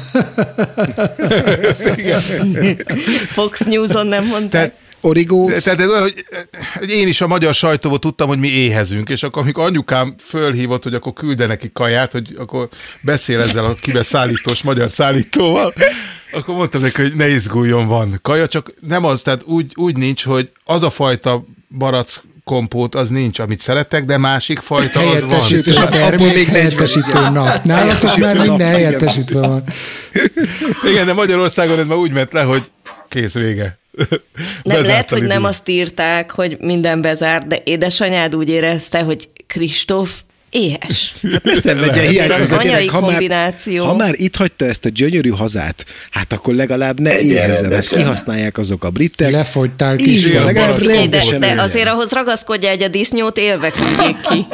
Fox News-on nem mondták. Tehát, Origo. Tehát ez olyan, hogy, hogy én is a magyar sajtóból tudtam, hogy mi éhezünk, és akkor amikor anyukám fölhívott, hogy akkor külde neki kaját, hogy akkor beszél ezzel a kibeszállítós magyar szállítóval, akkor mondtam neki, hogy ne izguljon, van kaja, csak nem az, tehát úgy, úgy nincs, hogy az a fajta barack kompót az nincs, amit szeretek, de másik fajta az van. És abból még helyettesítő nap. Nálatok már minden helyettesítve van. Igen, de Magyarországon ez már úgy ment le, hogy kész, vége. Nem lehet, hogy nem azt írták, hogy minden bezárt, de édesanyád úgy érezte, hogy Kristóf éhes. Hát ne szenvedjen hiányhoz a gyerek, ha már, ha már itt hagyta ezt a gyönyörű hazát, hát akkor legalább ne éhezzen, hát kihasználják azok a britek. Lefogytál kis. Igen, legalább de, de, de azért ahhoz ragaszkodja, hogy a disznót élve küldjék ki.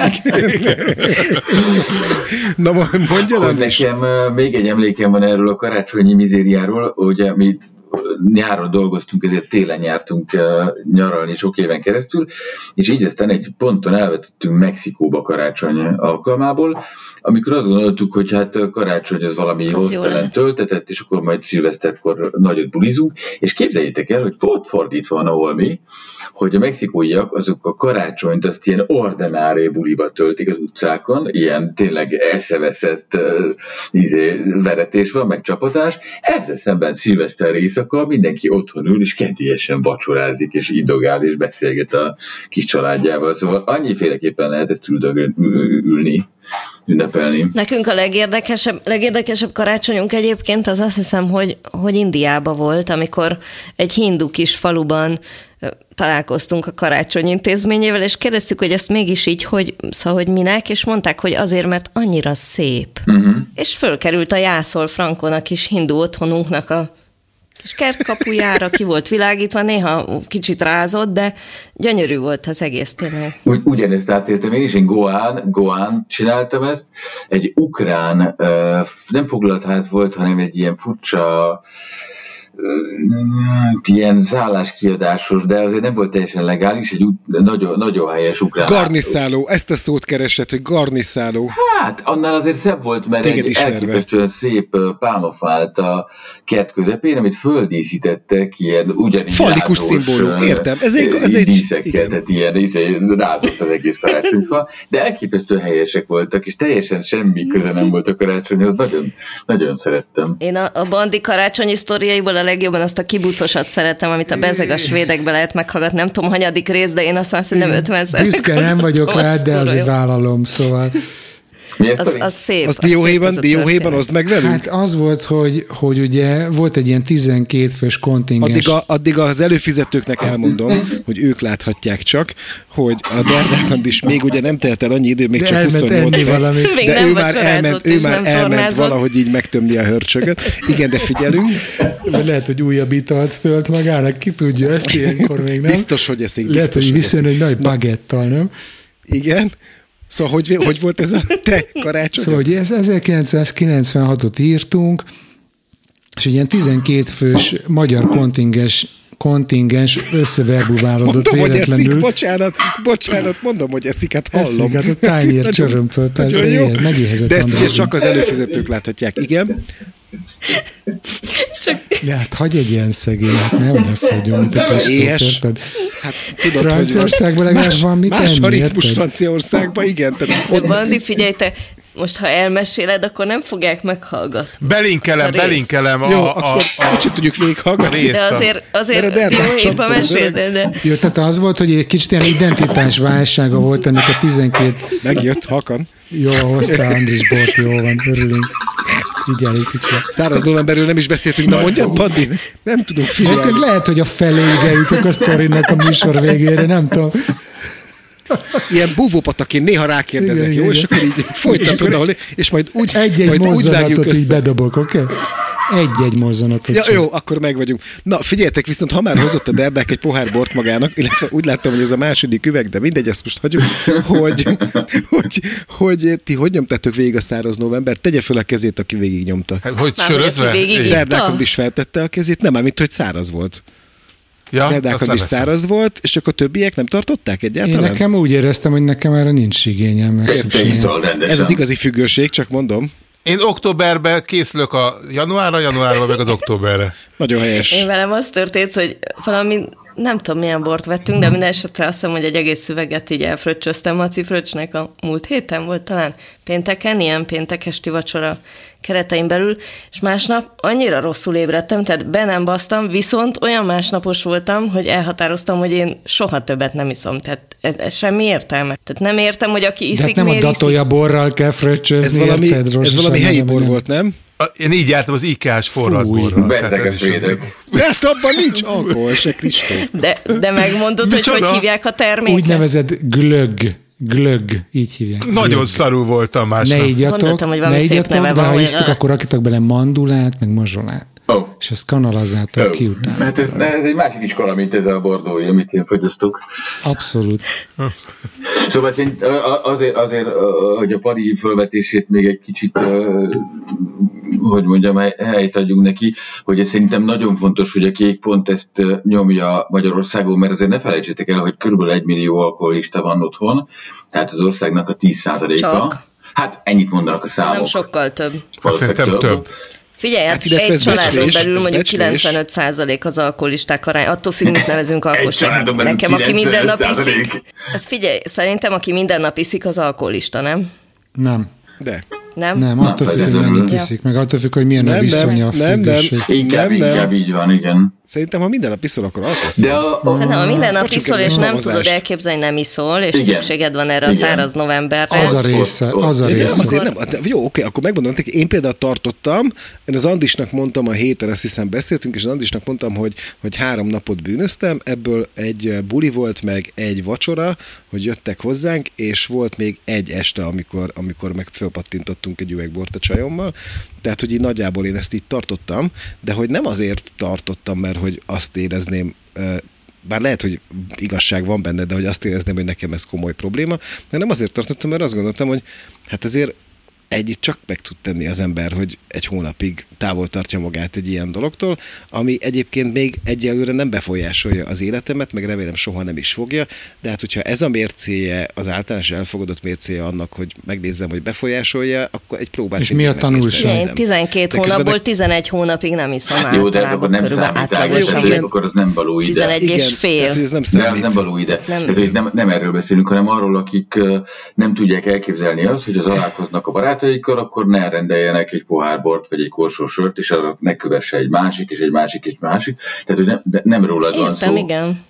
Na mondja, nekem még egy emlékem van erről a karácsonyi mizériáról, ugye mi nyáron dolgoztunk, ezért télen jártunk nyaralni sok éven keresztül, és így aztán egy ponton elvetettünk Mexikóba karácsony alkalmából, amikor azt gondoltuk, hogy hát karácsony az valami hoztelen töltetett, és akkor majd szilveszterkor nagyot bulizunk, és képzeljétek el, hogy volt fordítva van, ahol mi, hogy a mexikóiak azok a karácsonyt azt ilyen ordinári buliba töltik az utcákon, ilyen tényleg eszeveszett uh, izé, veretés van, meg csapatás, ezzel szemben szilveszter éjszaka mindenki otthon ül, és kedélyesen vacsorázik, és idogál, és beszélget a kis családjával, szóval annyiféleképpen lehet ezt ülni, ünnepelni. Nekünk a legérdekesebb, legérdekesebb karácsonyunk egyébként az azt hiszem, hogy, hogy Indiában volt, amikor egy hindu kis faluban találkoztunk a karácsony intézményével, és kérdeztük, hogy ezt mégis így, hogy, szóval, hogy minek, és mondták, hogy azért, mert annyira szép. Uh-huh. És fölkerült a Jászol Frankon a kis hindu otthonunknak a kis kertkapujára, ki volt világítva, néha kicsit rázott, de gyönyörű volt az egész tényleg. Ugy, ugyanezt átéltem én is, én Goán, Goán csináltam ezt, egy ukrán, nem foglaltház volt, hanem egy ilyen furcsa, ilyen szálláskiadásos, de azért nem volt teljesen legális, egy nagyon, nagyon helyes ukrán. Garniszáló, ezt a szót keresett, hogy garniszáló. Hát, annál azért szebb volt, mert Téged egy ismerve. elképesztően szép pálmafát a kert közepén, amit földíszítettek, ilyen ugyanígy Fallikus rázós, szimbólum, értem. Ez egy, ez egy díszekkel, tehát ilyen izé, rázott az egész karácsonyfa, de elképesztően helyesek voltak, és teljesen semmi köze nem volt a karácsonyhoz, nagyon, nagyon szerettem. Én a, a Bandi karácsonyi sztoriaiból a legjobban azt a kibucosat szeretem, amit a bezeg a svédekbe lehet meghallgatni, nem tudom, hanyadik rész, de én azt mondom, hogy nem ötvenszer. Büszke nem vagyok rá, de azért vállalom, szóval. Az, az szép. Az dióhéjban, dióhéjban oszd meg velünk? Hát az volt, hogy, hogy ugye volt egy ilyen tizenkét fős kontingens. Addig, a, addig az előfizetőknek elmondom, hogy ők láthatják csak, hogy a Derdákand is még ugye nem telt el annyi idő, még de csak huszonnyolc perc, de ő már elment, ő már elment valahogy így megtömni a hörcsögöt. Igen, de figyelünk. De lehet, hogy újabb italt tölt magának, ki tudja ezt ilyenkor még nem. Biztos, hogy eszik. Biztos, lehet, hogy viszont egy nagy bagettal, nem? Igen. Szóval hogy, hogy volt ez a te karácsony? Szóval, hogy ezerkilencszázkilencvenhatot írtunk, és egy ilyen tizenkét fős magyar kontingens kontingens összeverbuválódott véletlenül. Mondom, hogy eszik, bocsánat, bocsánat, mondom, hogy eszik, hát hallom. Eszik, hát a tányér csörömpöl, persze, ilyen, megéhezett. De ezt ugye csak az előfizetők láthatják, igen. Csak... De hát hagyj egy ilyen szegény, hát nem ne fogjon, mint a Kristóf, érted? Hát tudod, Franciaországban legalább más, van mit más enni, a ritmus Franciaországban, igen. Tehát, Bandi, figyelj, te most ha elmeséled, akkor nem fogják meghallgatni. Belinkelem, belinkelem a, jó, a, akkor a, kicsit tudjuk végighallgatni. De azért, azért jó, éppen meséld, de, de... Jó, tehát az volt, hogy egy kicsit ilyen identitásválsága volt ennek a tizenkét... Megjött, Hakan. Jó, hoztál Andris bort, jó van, örülünk. Figyelj, kicsit. Száraz novemberről nem is beszéltünk, na mondjad, Bandi? Nem tudunk figyelni. Lehet, hogy a feléige jutok a sztorinak a műsor végére, nem tudom. Ilyen búvópataként néha rákérdezek, igen, jó? Igen. És akkor így folytatod, ahol, és majd úgy, egy-egy majd úgy vágjuk össze. Így bedobok, oké? Okay? Egy-egy mozzanatot. Ja, jó, akkor meg vagyunk. Na, figyeljetek, viszont ha már hozott a Derdák egy pohár bort magának, illetve úgy láttam, hogy ez a második üveg, de mindegy, ezt most hagyjuk, hogy, hogy, hogy ti hogy nyomtátok végig a száraz november? Tegye föl a kezét, aki végig nyomta. Hát, hogy sörözve? Derdákand is feltette a kezét, nem, mint hogy száraz volt. Ja, Derdákand is száraz volt, és akkor a többiek nem tartották egyáltalán? Én nekem úgy éreztem, hogy nekem erre nincs igényem. Ez az igazi függőség, csak mondom. Én októberben készülök a januárra, januárra meg az októberre. Nagyon helyes. Én velem az történt, hogy valami, nem tudom milyen bort vettünk, de minden esetre azt hiszem, hogy egy egész szüveget így elfröccsöztem Maci Fröccsnek a múlt héten volt talán pénteken, ilyen péntek esti vacsora keretein belül, és másnap annyira rosszul ébredtem, tehát be nem basztam, viszont olyan másnapos voltam, hogy elhatároztam, hogy én soha többet nem iszom, tehát ez, ez semmi értelme. Tehát nem értem, hogy aki iszik, de miért nem a datolja borral kell fröccsözni, ez valami, érted, ez valami helyi bor volt, nem? Én így jártam az ikás forradborral. Beteges védők. De hát abban nincs alkohol, se Kristóf. De, de megmondod, hogy hogy hívják a terméket? Úgynevezett glögg. Glögg, így hívják. Nagyon glögg. Szarú voltam másnap. Ne igyatok, Gondoltam, hogy ne igyatok, de ha isztok, a... akkor rakjatok bele mandulát, meg mazsolát. Oh. És ezt kanalazzátok oh. ki utána. Mert ez, ez egy másik iskola, mint ez a bordói, amit én fogyasztok. Abszolút. Szóval azért, azért, hogy a Padi felvetését még egy kicsit, hogy mondjam, helyt adjunk neki, hogy ez szerintem nagyon fontos, hogy a Kék pont ezt nyomja Magyarországon, mert azért ne felejtsétek el, hogy körülbelül egy millió alkoholista van otthon, tehát az országnak a tíz százaléka. Csak? Hát ennyit mondanak a számok. Nem sokkal több. Szerintem több. több. Figyelj, hát egy családon becslés, belül mondjuk kilencvenöt százalék az alkoholisták arány. Attól függ, mit nevezünk alkoholisták. Nekem, aki minden nap iszik. Hát figyelj, szerintem, aki minden nap iszik, az alkoholista, nem? Nem. De. Nem? Nem, attól függ, hogy mennyit iszik, meg attól függ, hogy milyen nem, a viszonya a függőség. Nem, inkább, nem, inkább így van, igen. Szerintem, ha minden nap iszol, akkor alkoholsz. Szerintem, ha minden nap iszol, és nem tudod elképzelni, nem iszol, és igen. szükséged van erre a száraz novemberre. Az a része, az a része. Nem, azért nem, jó, oké, akkor megmondom nekik, én például tartottam, én az Andisnak mondtam a héten, azt hiszem beszéltünk, és az Andisnak mondtam, hogy, hogy három napot bűnöztem, ebből egy buli volt, meg egy vacsora, hogy jöttek hozzánk, és volt még egy este, amikor, amikor meg fölpattintottunk egy üvegbort a csajommal, tehát, hogy így nagyjából én ezt így tartottam, de hogy nem azért tartottam, mert hogy azt érezném, bár lehet, hogy igazság van benne, de hogy azt érezném, hogy nekem ez komoly probléma, de nem azért tartottam, mert azt gondoltam, hogy hát azért egyit csak meg tud tenni az ember, hogy egy hónapig távol tartja magát egy ilyen dologtól, ami egyébként még egyelőre nem befolyásolja az életemet, meg remélem soha nem is fogja, de hát hogyha ez a mércéje, az általános elfogadott mércéje annak, hogy megnézzem, hogy befolyásolja, akkor egy próbát... És mi a tanulság? Én tizenkét hónapból de... tizenegy hónapig nem iszom általában. Jó, de akkor nem számít, akkor az nem való ide. tizenegy és fél. Ez nem számít. Nem, nem való ide. Nem. Tehát, nem, nem erről beszélünk, hanem arról, akik nem tudják elképzelni azt, hogy az találkoznak a barátaikkal, akkor ne rendeljenek egy pohár bort, vagy egy korsó sört, és arra ne kövesse egy másik, és egy másik, és másik. Tehát, hogy nem, nem rólad van szó. Értem, igen.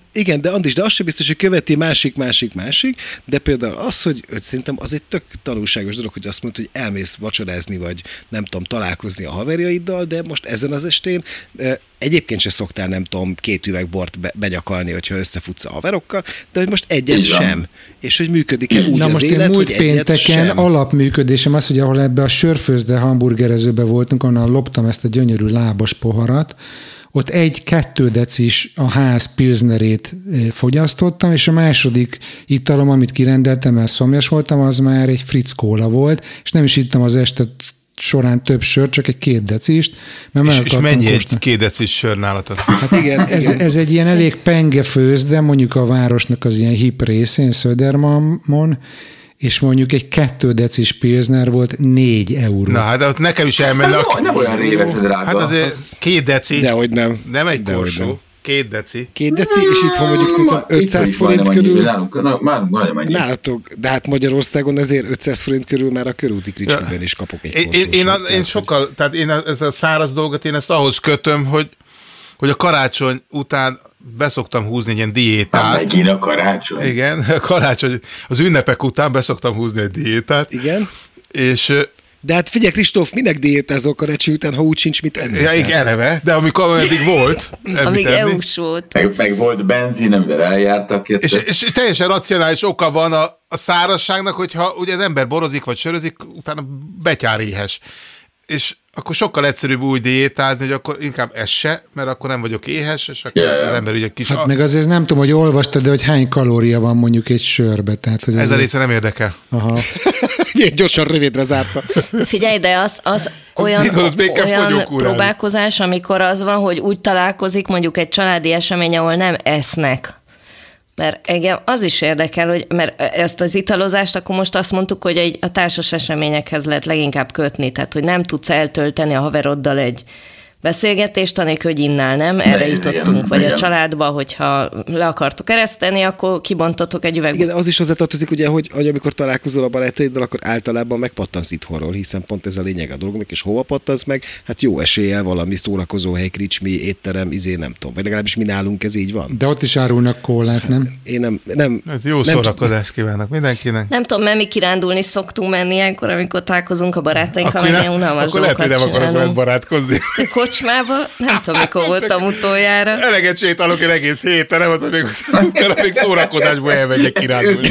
Igen, de Andis, de az sem biztos, hogy követi másik, másik, másik, de például az, hogy szerintem az egy tök tanulságos dolog, hogy azt mondta, hogy elmész vacsorázni, vagy nem tudom, találkozni a haverjaiddal, de most ezen az estén egyébként se szoktál, nem tudom, két üveg bort be- begyakalni, hogyha összefutsz a haverokkal, de hogy most egyet Igen. sem. És hogy működik-e úgy Na az most élet, én múlt hogy egyet pénteken sem. alapműködésem az, hogy ahol ebbe a sörfőzde hamburgerezőbe voltunk, onnan loptam ezt a gyönyörű lábas poharat, ott egy-kettő decis a ház pilsnerét fogyasztottam, és a második italom, amit kirendeltem, mert szomjas voltam, az már egy Fritz Cola volt, és nem is ittam az este során több sört, csak egy két decist. Mert és, és mennyi egy két decis sör nálatok? Hát igen, ez, igen. ez egy ilyen elég penge főzde, mondjuk a városnak az ilyen hip részén, Södermalmon, és mondjuk egy kettő decis pilsner volt négy euró. Na, hát de ott nekem is elmenne. Hát A... nem, nem olyan réves, drága. Hát azért az... két deci. Dehogy nem. Nem egy Dehogy korsó. nem. Két deci. Két deci, és itthon mondjuk szerintem ötszáz forint körül. Nálunk, na, már majdnem annyi. Nálatok, de hát Magyarországon ezért ötszáz forint körül már a körúti kricsmiben ja. is kapok egy Én, én, én, a, én sokkal, hogy... tehát én ez a száraz dolgot, én ezt ahhoz kötöm, hogy, hogy a karácsony után beszoktam húzni egy ilyen diétát. Hát megint a karácsony. Igen, a karácsony, az ünnepek után beszoktam húzni egy diétát. Igen. És... De hát figyelj, Kristóf, minek diétázol karácsony után, ha úgy sincs mit enni? Ja, igen, eleve, de amikor ameddig volt. Amíg é u-s volt. Meg, meg volt benzin, amivel eljártak. És, és teljesen racionális oka van a, a szárazságnak, hogyha ugye az ember borozik vagy sörözik, utána betyár éhes. És akkor sokkal egyszerűbb úgy diétázni, hogy akkor inkább ez se, mert akkor nem vagyok éhes, és akkor yeah. az ember ugye kis... Hát meg azért nem tudom, hogy olvastad, de hogy hány kalória van mondjuk egy sörbe. Tehát, hogy ez azért... a része nem érdekel. Aha. Milyen gyorsan rövidre zárta. Figyelj, de az, az olyan, olyan próbálkozás, amikor az van, hogy úgy találkozik mondjuk egy családi esemény, ahol nem esznek. Mert engem az is érdekel, hogy mert ezt az italozást akkor most azt mondtuk, hogy egy, a társas eseményekhez lehet leginkább kötni, tehát hogy nem tudsz eltölteni a haveroddal egy beszélgetést, anélkül, hogy innál, nem? Erre ne, jutottunk, igen, vagy igen. A családba, hogyha le akartok ereszteni, akkor kibontottok egy üvegből. Igen, az is hozzátartozik, ugye, hogy, hogy amikor találkozol a barátaiddal, akkor általában megpattansz itthonról, hiszen pont ez a lényeg a dolognak, és hova pattansz meg? Hát jó eséllyel valami szórakozóhely, kricsmi, étterem, izé, nem tudom. Vagy legalábbis mi nálunk ez így van. De ott is árulnak kólát, nem? Én nem... nem ez jó nem szórakozást kívánok mindenkinek. Nem tudom, mert mi kirándulni szoktunk menni ilyenkor, amikor találkozunk a barátainkkal, meg ilyen unalmas dolgokat csinálunk. Akkor lehet, hogy nem akarok barátkozni. Kocsmába, nem tudom, mikor voltam utoljára. Eleget sétálok egy egész héten, nem az, hogy még, utána még szórakozásból elmegyek kirándulni.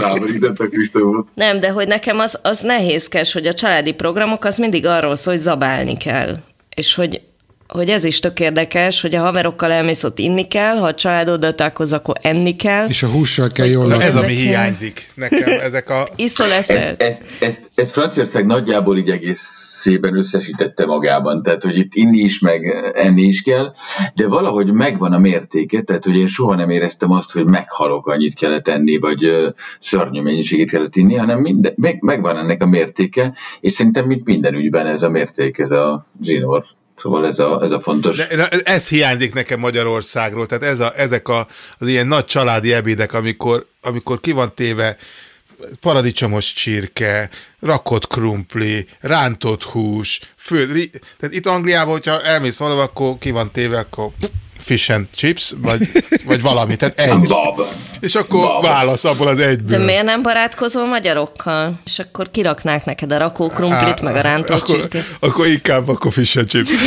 Nem, de hogy nekem az, az nehézkes, hogy a családi programok az mindig arról szól, hogy zabálni kell. És hogy, hogy ez is tök érdekes, hogy a haverokkal elmész, ott inni kell, ha a családoddal találkoz, akkor enni kell. És a hússal kell jól lakni. Ez, ami hiányzik nekem, ezek a... Iszol eszed. Ez, ez, ez, ez Franciaország nagyjából így egészében összesítette magában, tehát hogy itt inni is, meg enni is kell, de valahogy megvan a mértéke, tehát hogy én soha nem éreztem azt, hogy meghalok, annyit kellett enni, vagy uh, szörnyű mennyiségét kellett inni, hanem minden, meg, megvan ennek a mértéke, és szerintem mint minden ügyben ez a mérték, ez a zsinór. Szóval ez a, ez a fontos. De, de ez hiányzik nekem Magyarországról, tehát ez a, ezek a, az ilyen nagy családi ebédek, amikor, amikor ki van téve paradicsomos csirke, rakott krumpli, rántott hús, fő, tehát itt Angliában, hogyha elmész valahol, akkor ki van téve, akkor fish and chips, vagy, vagy valami, tehát egy. Bab. És akkor Bab. Válasz abból az egyből. De miért nem barátkozol magyarokkal? És akkor kiraknák neked a rakókrumplit, meg a rántott akkor, csirkét. Akkor inkább akkor fish and chips.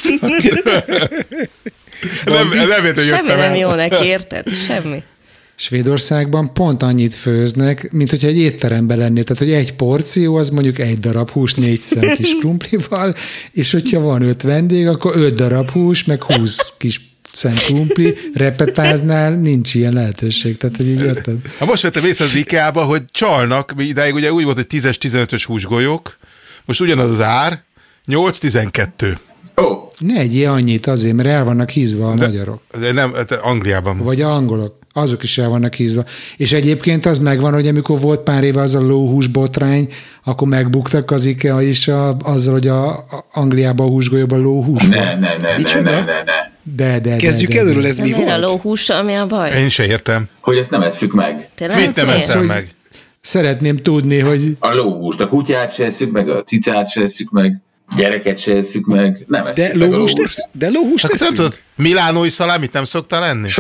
nem, nem érte, semmi nem jó neki, érted? Semmi. Svédországban pont annyit főznek, mint hogyha egy étteremben lennél. Tehát, hogy egy porció, az mondjuk egy darab hús, négy szem kis krumplival, és hogyha van öt vendég, akkor öt darab hús, meg húsz kis szem krumpli, repetáznál nincs ilyen lehetőség. Tehát, hogy így érted? Ha most vettem észre az IKEA-ba, hogy csalnak, idáig ugye úgy volt, hogy tízes-tizenötös húsgolyók, most ugyanaz az ár, nyolc-tizenkettő. Oh. Ne egyél annyit azért, mert el vannak hízva a de, magyarok. De nem, Angliában. Vagy a angolok. Azok is el vannak hízva. És egyébként az megvan, hogy amikor volt pár éve az a lóhús botrány, akkor megbuktak az IKEA is a, azzal, hogy a, a Angliában a húsgolyóban lóhús ne, ne, ne, ne, ne, ne, ne. De, de, Kezdjük de, de, előről, de. ez mi volt? A lóhús, ami a baj? Én se értem. Hogy ezt nem esszük meg. Tényleg? Mit nem eszem meg? Szeretném tudni, hogy... A lóhúst, a kutyát se esszük meg, a cicát se esszük meg, gyereket se esszük meg, nem esszük de meg lóhúst a esz, De lóhúst hát eszünk? nem tudod, milánói szalámit nem szoktál enni? Sose.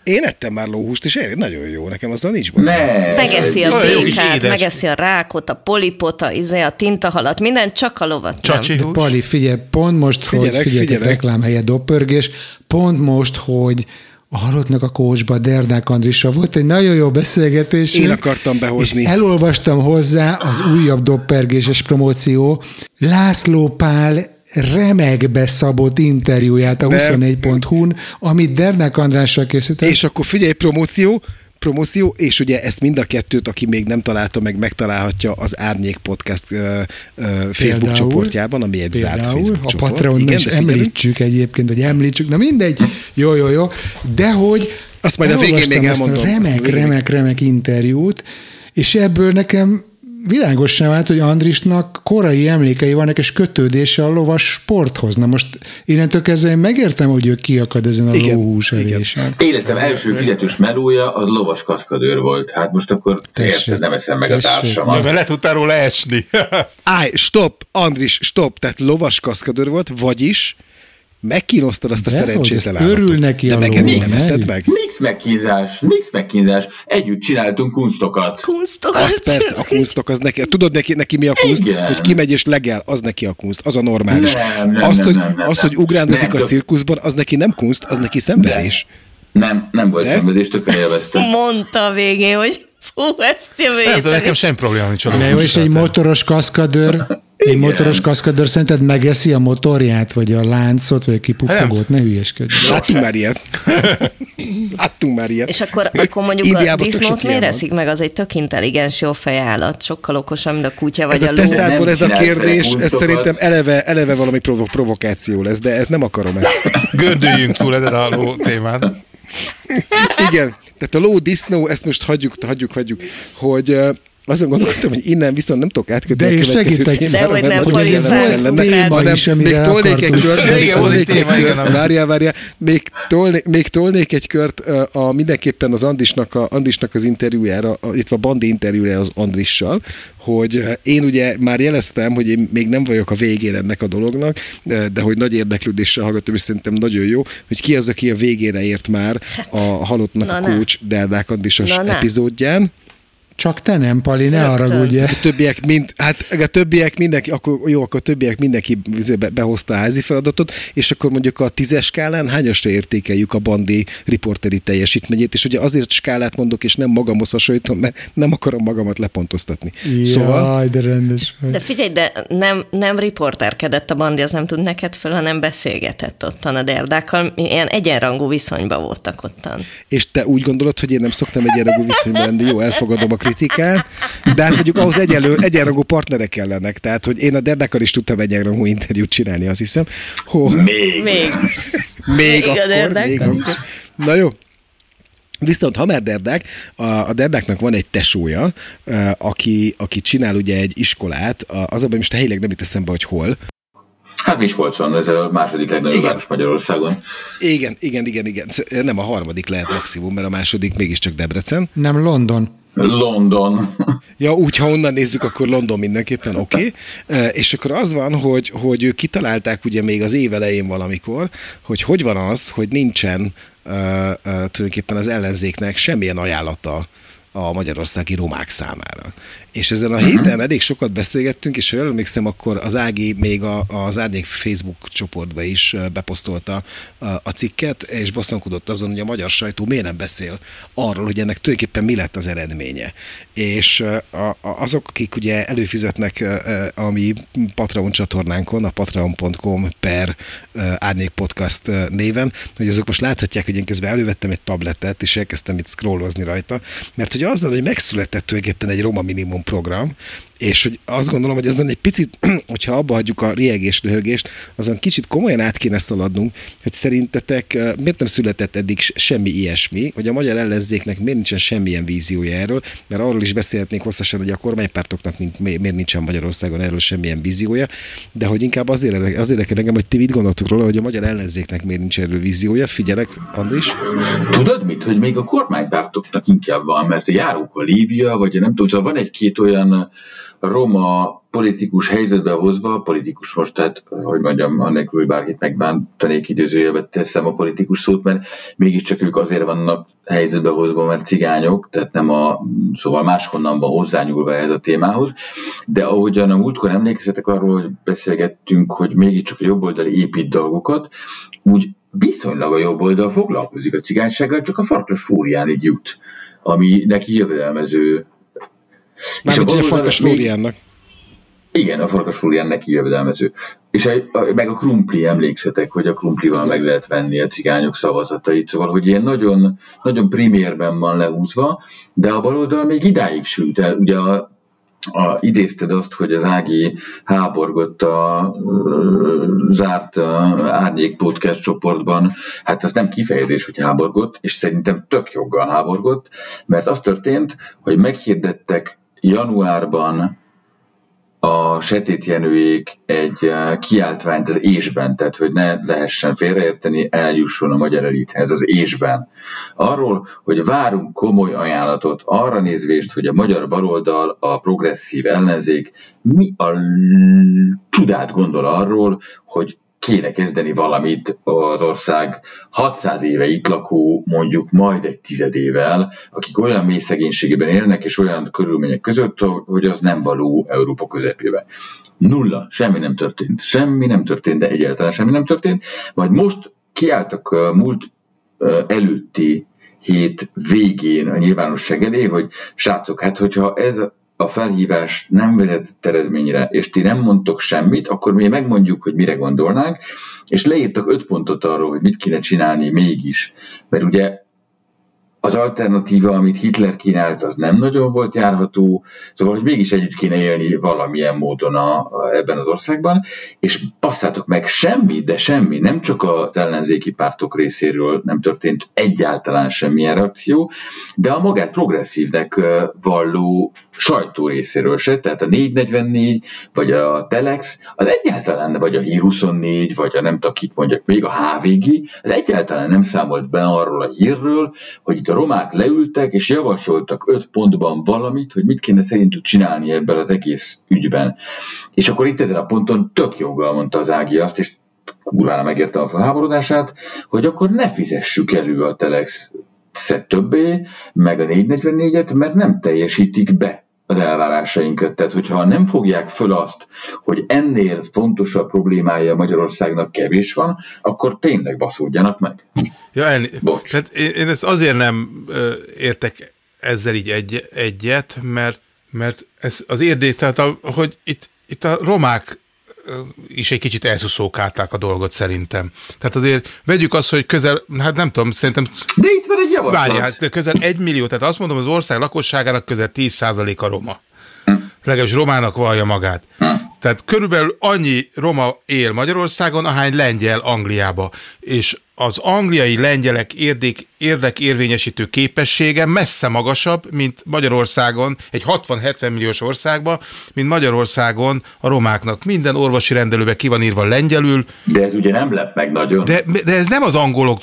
Én ettem már lóhúst, és nagyon jó, nekem azzal nincs baj. Ne. Megeszi a Olyan jó, békát, édes. megeszi a rákot, a polipot, a, izé, a tintahalat, minden, csak a lovat nem. Csacsi De hús. Pali, figyelj, pont most, Figyelek, hogy figyeljetek, figyelek. reklámhelye doppörgés, pont most, hogy a halottnak a kócsba, Derdák Andrissal volt egy nagyon jó beszélgetésünk. Én akartam behozni. És elolvastam hozzá az újabb doppergéses promóció László Pál remekbe szabott interjúját a Nem. huszonnégy pont hu-n, amit Derdák Andrással készített. És akkor figyelj, promóció, promóció, és ugye ezt mind a kettőt, aki még nem találta meg, megtalálhatja az Árnyék Podcast uh, uh, Facebook Például- csoportjában, ami egy zárt Például, Facebook a csoport. Patreonon Igen, is de figyelünk. említsük egyébként, vagy említsük, na mindegy, jó, jó, jó, de hogy Azt majd a végén elolvastam még ezt a elmondom. Azt a remek, végén. remek, remek interjút, és ebből nekem világosan vált, hogy Andrisnak korai emlékei vannak, és kötődése a lovas sporthoz. Na most innentől kezdve én megértem, hogy ő kiakad ezen a Igen, lóhús igen. evésen. Életem első fizetős melója az lovas kaszkadőr volt. Hát most akkor Tessék, érted, nem eszem meg tessék. a Ja, társamat. mert le tudtál róla esni. Állj, stop, Andris, stop, tehát lovas kaszkadőr volt, vagyis megkínoztad azt a Dehogy, szerencsétlen ezt örül állatot. neki De a neked ló, nem ne? eszed meg? Mix megkínzás, mix megkínzás. Együtt csináltunk kunstokat. Kunstokat. Az persze, a kunstok, az neki, tudod neki, neki mi a kunst? Igen. Hogy kimegy és legel, az neki a kunst, az a normális. Nem, nem, az, nem, hogy, nem, nem, az, nem. hogy ugrándozik Nem, a cirkuszban, az neki nem kunst, az neki szenvedés. Nem, nem volt De? szenvedés, tökön élveztem. Mondta a végén, hogy fú, ezt jövő Nem tudom, héten nekem is. semmi probléma nincs. a De jó, és lóhússal, egy tehát. motoros kaszkadőr, egy Igen. motoros kaszkadőr szerinted megeszi a motorját, vagy a láncot, vagy a kipufogót? Ne hülyeskedj. Láttunk már ilyet. Láttunk már ilyet. És akkor, akkor mondjuk Indiában a tök sok disznót ilyen miért van. eszik meg? Az egy tök intelligens, jó fejállat, sokkal okosabb, mint a kutya vagy Ez a a ló. te szádból ez a Nem kérdés, csinálsz ez kunstokat. szerintem eleve, eleve valami provo- provokáció lesz, de ezt nem akarom ezt. Gördüljünk túl ezen a ló témán. Igen, tehát a ló, disznó, ezt most hagyjuk, hagyjuk, hagyjuk, hogy uh, azon gondolkodtam, hogy innen viszont nem tudok átkötni De a én következő segítek. témára, De hogy mert nem nagyon politizálunk kellemetlen lenne. téma Hanem is, amire még tolnék egy akartunk. kört, még Igen, volt egy tolnék egy téma, igen, kört, ami- várjál, várjál, még, tolnék, még tolnék egy kört a, a mindenképpen az Andisnak, a, Andisnak az interjújára, a, itt a Bandi interjújára az Andrissal, hogy én ugye már jeleztem, hogy én még nem vagyok a végén ennek a dolognak, de, de hogy nagy érdeklődéssel hallgatom, és szerintem nagyon jó, hogy ki az, aki a végére ért már a halottnak Na, a na. Coach Derdák Andisos Na, na. epizódján. Csak te nem, Pali, ne Rögtön. arra ugye. A többiek mind, hát a többiek mindenki, akkor jó, akkor a többiek mindenki be, behozta a házi feladatot, és akkor mondjuk a tízes skálán hányasra értékeljük a Bandi riporteri teljesítményét, és ugye azért skálát mondok, és nem magamhoz hasonlítom, mert nem akarom magamat lepontoztatni. Jaj, Szóval de rendes vagy. De figyelj, de nem, nem riporterkedett a Bandi, az nem tud neked föl, hanem beszélgetett ottan a Derdákkal, ilyen egyenrangú viszonyban voltak ottan. és te úgy gondolod, hogy én nem szoktam egyenrangú viszonyban lenni, jó, elfogadom a kritikát, de hát mondjuk ahhoz egyenlő, egyenrangú partnerek kellenek, tehát hogy én a Derdákkal is tudtam egyenrangú interjút csinálni, azt hiszem. Hó, Még. Még. még, Még a akkor, Derdákkal még is. akkor. Na jó. Viszont ha már Derdák, a, a Derdáknak van egy tesója, a, aki, aki csinál ugye egy iskolát, a, az abban most helyileg nem jut eszembe, hogy hol. Hát Miskolcon, ez a második legnagyobb Igen. város Magyarországon. Igen, igen, igen, igen. Nem a harmadik lehet maximum, mert a második mégiscsak Debrecen. Nem London. London. Ja, úgy, ha onnan nézzük, akkor London mindenképpen oké. Okay. És akkor az van, hogy, hogy ők kitalálták ugye még az év elején valamikor, hogy hogy van az, hogy nincsen uh, uh, tulajdonképpen az ellenzéknek semmilyen ajánlata a magyarországi romák számára. És ezen a héten elég sokat beszélgettünk, és ha jól emlékszem, akkor az Ági még a, az Árnyék Facebook csoportba is beposztolta a, a cikket, és bosszankodott azon, hogy a magyar sajtó miért nem beszél arról, hogy ennek tulajdonképpen mi lett az eredménye. És a, a, azok, akik ugye előfizetnek a mi Patreon csatornánkon, a patreon pont com per Árnyék Podcast néven, hogy azok most láthatják, hogy én közben elővettem egy tabletet, és elkezdtem itt scrollozni rajta, mert hogy azzal, hogy megszületett tulajdonképpen egy Roma Minimum program, és hogy azt gondolom, hogy ezen egy picit, hogyha abba hagyjuk a riegést, röhögést, azon kicsit komolyan át kéne szaladnunk, hogy szerintetek miért nem született eddig semmi ilyesmi, hogy a magyar ellenzéknek miért nincsen semmilyen víziója erről, mert arról is beszélhetnénk hosszasan, hogy a kormánypártoknak nincs, miért nincsen Magyarországon erről semmilyen víziója, de hogy inkább azért, az érdekel engem, hogy ti mit gondoltok róla, hogy a magyar ellenzéknek miért nincs erről víziója. Figyelek, Andris. Tudod mit, hogy még a kormánypártoknak inkább van, mert a járók a Lívia, vagy nem tudom, szóval van egy-két olyan roma politikus helyzetbe hozva, politikus most, tehát, hogy mondjam, annélkül, hogy bárkit megbántanék, idézőjelbe teszem a politikus szót, mert mégiscsak ők azért vannak helyzetbe hozva, mert cigányok, tehát nem a, szóval máshonnan van hozzányúlva ehhez a témához, de ahogyan a múltkor emlékeztetek arról, hogy beszélgettünk, hogy mégiscsak a jobboldali épít dolgokat, úgy viszonylag a jobboldal foglalkozik a cigánysággal, csak a Farkas Flóriánig jut, ami neki jövedelmező. Mármint a Farkas Flóriánnak. Igen, a Farkas Flórián neki jövedelmező. És a, a, meg a krumpli, emlékszetek, hogy a krumplival meg lehet venni a cigányok szavazatait, szóval, hogy ilyen nagyon, nagyon primérben van lehúzva, de a baloldal még idáig sült el. Ugye a, a, idézted azt, hogy az Ági háborgott a ö, zárt ö, Árnyék podcast csoportban, hát az nem kifejezés, hogy háborgott, és szerintem tök joggal háborgott, mert az történt, hogy meghirdettek januárban a Setét Jenőjék egy kiáltványt az ésben, tehát hogy ne lehessen félreérteni, eljusson a magyar elithez az ésben. Arról, hogy várunk komoly ajánlatot, arra nézvést, hogy a magyar baloldal, a progresszív ellenzék mi a csodát gondol arról, hogy kéne kezdeni valamit az ország hatszáz éve itt lakó, mondjuk majd egy tizedével, akik olyan mély szegénységében élnek, és olyan körülmények között, hogy az nem való Európa közepébe. Nulla, semmi nem történt. Semmi nem történt, de egyáltalán semmi nem történt. Majd most kiálltak múlt előtti hét végén a nyilvánosság elé, hogy srácok, hát hogyha ez a felhívás nem vezetett eredményre, és ti nem mondtok semmit, akkor mi megmondjuk, hogy mire gondolnánk, és leírtak öt pontot arról, hogy mit kéne csinálni mégis. Mert ugye az alternatíva, amit Hitler kínált, az nem nagyon volt járható, szóval, hogy mégis együtt kéne élni valamilyen módon a, a, ebben az országban, és passzátok meg, semmi, de semmi, nem csak az ellenzéki pártok részéről nem történt egyáltalán semmilyen reakció, de a magát progresszívnek valló sajtó részéről se, tehát a négy negyvennégy, vagy a Telex, az egyáltalán, vagy a Hír huszonnégy, vagy a nem tudom, kit mondjak még, a há vé gé, az egyáltalán nem számolt be arról a hírről, hogy itt a romák leültek, és javasoltak öt pontban valamit, hogy mit kéne szerintük csinálni ebben az egész ügyben. És akkor itt ezen a ponton tök joggal mondta az Ági azt, és kurvára megérte a felháborodását, hogy akkor ne fizessük elő a Telex-et többé, meg a négy negyvennégyet, mert nem teljesítik be az elvárásainkat. Tehát, hogyha nem fogják föl azt, hogy ennél fontosabb problémája Magyarországnak kevés van, akkor tényleg baszódjanak meg. Ja, elni... Tehát én ezt azért nem ö, értek ezzel így egy, egyet, mert, mert ez az érdé, tehát a, hogy itt, itt a romák is egy kicsit elszuszókálták a dolgot szerintem. Tehát azért vegyük azt, hogy közel, hát nem tudom, szerintem... De itt van egy javaslat. Várjál, közel egy millió, tehát azt mondom, az ország lakosságának közel tíz százaléka roma. Hm. Legalábbis romának vallja magát. Hm. Tehát körülbelül annyi roma él Magyarországon, ahány lengyel Angliába. És az angliai lengyelek érdek, érdekérvényesítő képessége messze magasabb, mint Magyarországon, egy hatvan-hetven milliós országban, mint Magyarországon a romáknak. Minden orvosi rendelőbe ki van írva lengyelül. De ez ugye nem lep meg nagyon. De, de ez nem az angolok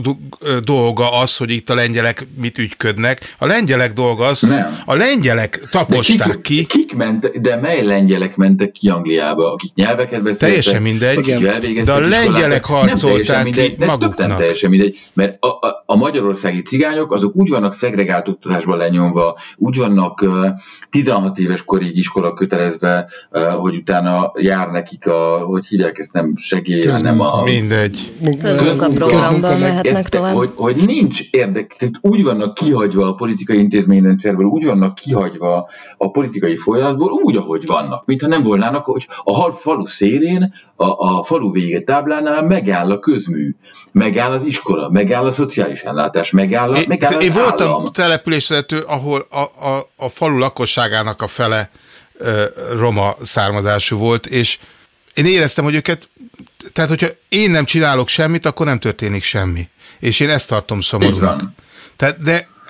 dolga az, hogy itt a lengyelek mit ügyködnek. A lengyelek dolga az, nem. A lengyelek taposták kik, ki. Kik ment, de mely lengyelek mentek ki Angliába, akik nyelveket beszéltek? Teljesen mindegy, de a lengyelek harcolták ki maguknak. Nem teljesen mindegy, mert a, a, a magyarországi cigányok azok úgy vannak szegregált oktatásban lenyomva, úgy vannak uh, tizenhat éves korig iskola kötelezve, uh, hogy utána jár nekik a, hogy hívják ezt, nem segély, hanem a... Mindegy. Közmunkaprogramban mehetnek tovább. Hogy, hogy nincs érdek, tehát úgy vannak kihagyva a politikai intézményrendszerből, úgy vannak kihagyva a politikai folyamatból, úgy, ahogy vannak, mintha nem volnának, hogy a falu szélén, a, a falu vége táblánál megáll a közmű, megáll az iskola, megáll a szociális ellátás, megáll, a, megáll az Én állam. voltam településvezető, ahol a, a, a falu lakosságának a fele ö, roma származású volt, és én éreztem, hogy őket, tehát hogyha én nem csinálok semmit, akkor nem történik semmi. És én ezt tartom szomorúnak. Tehát, de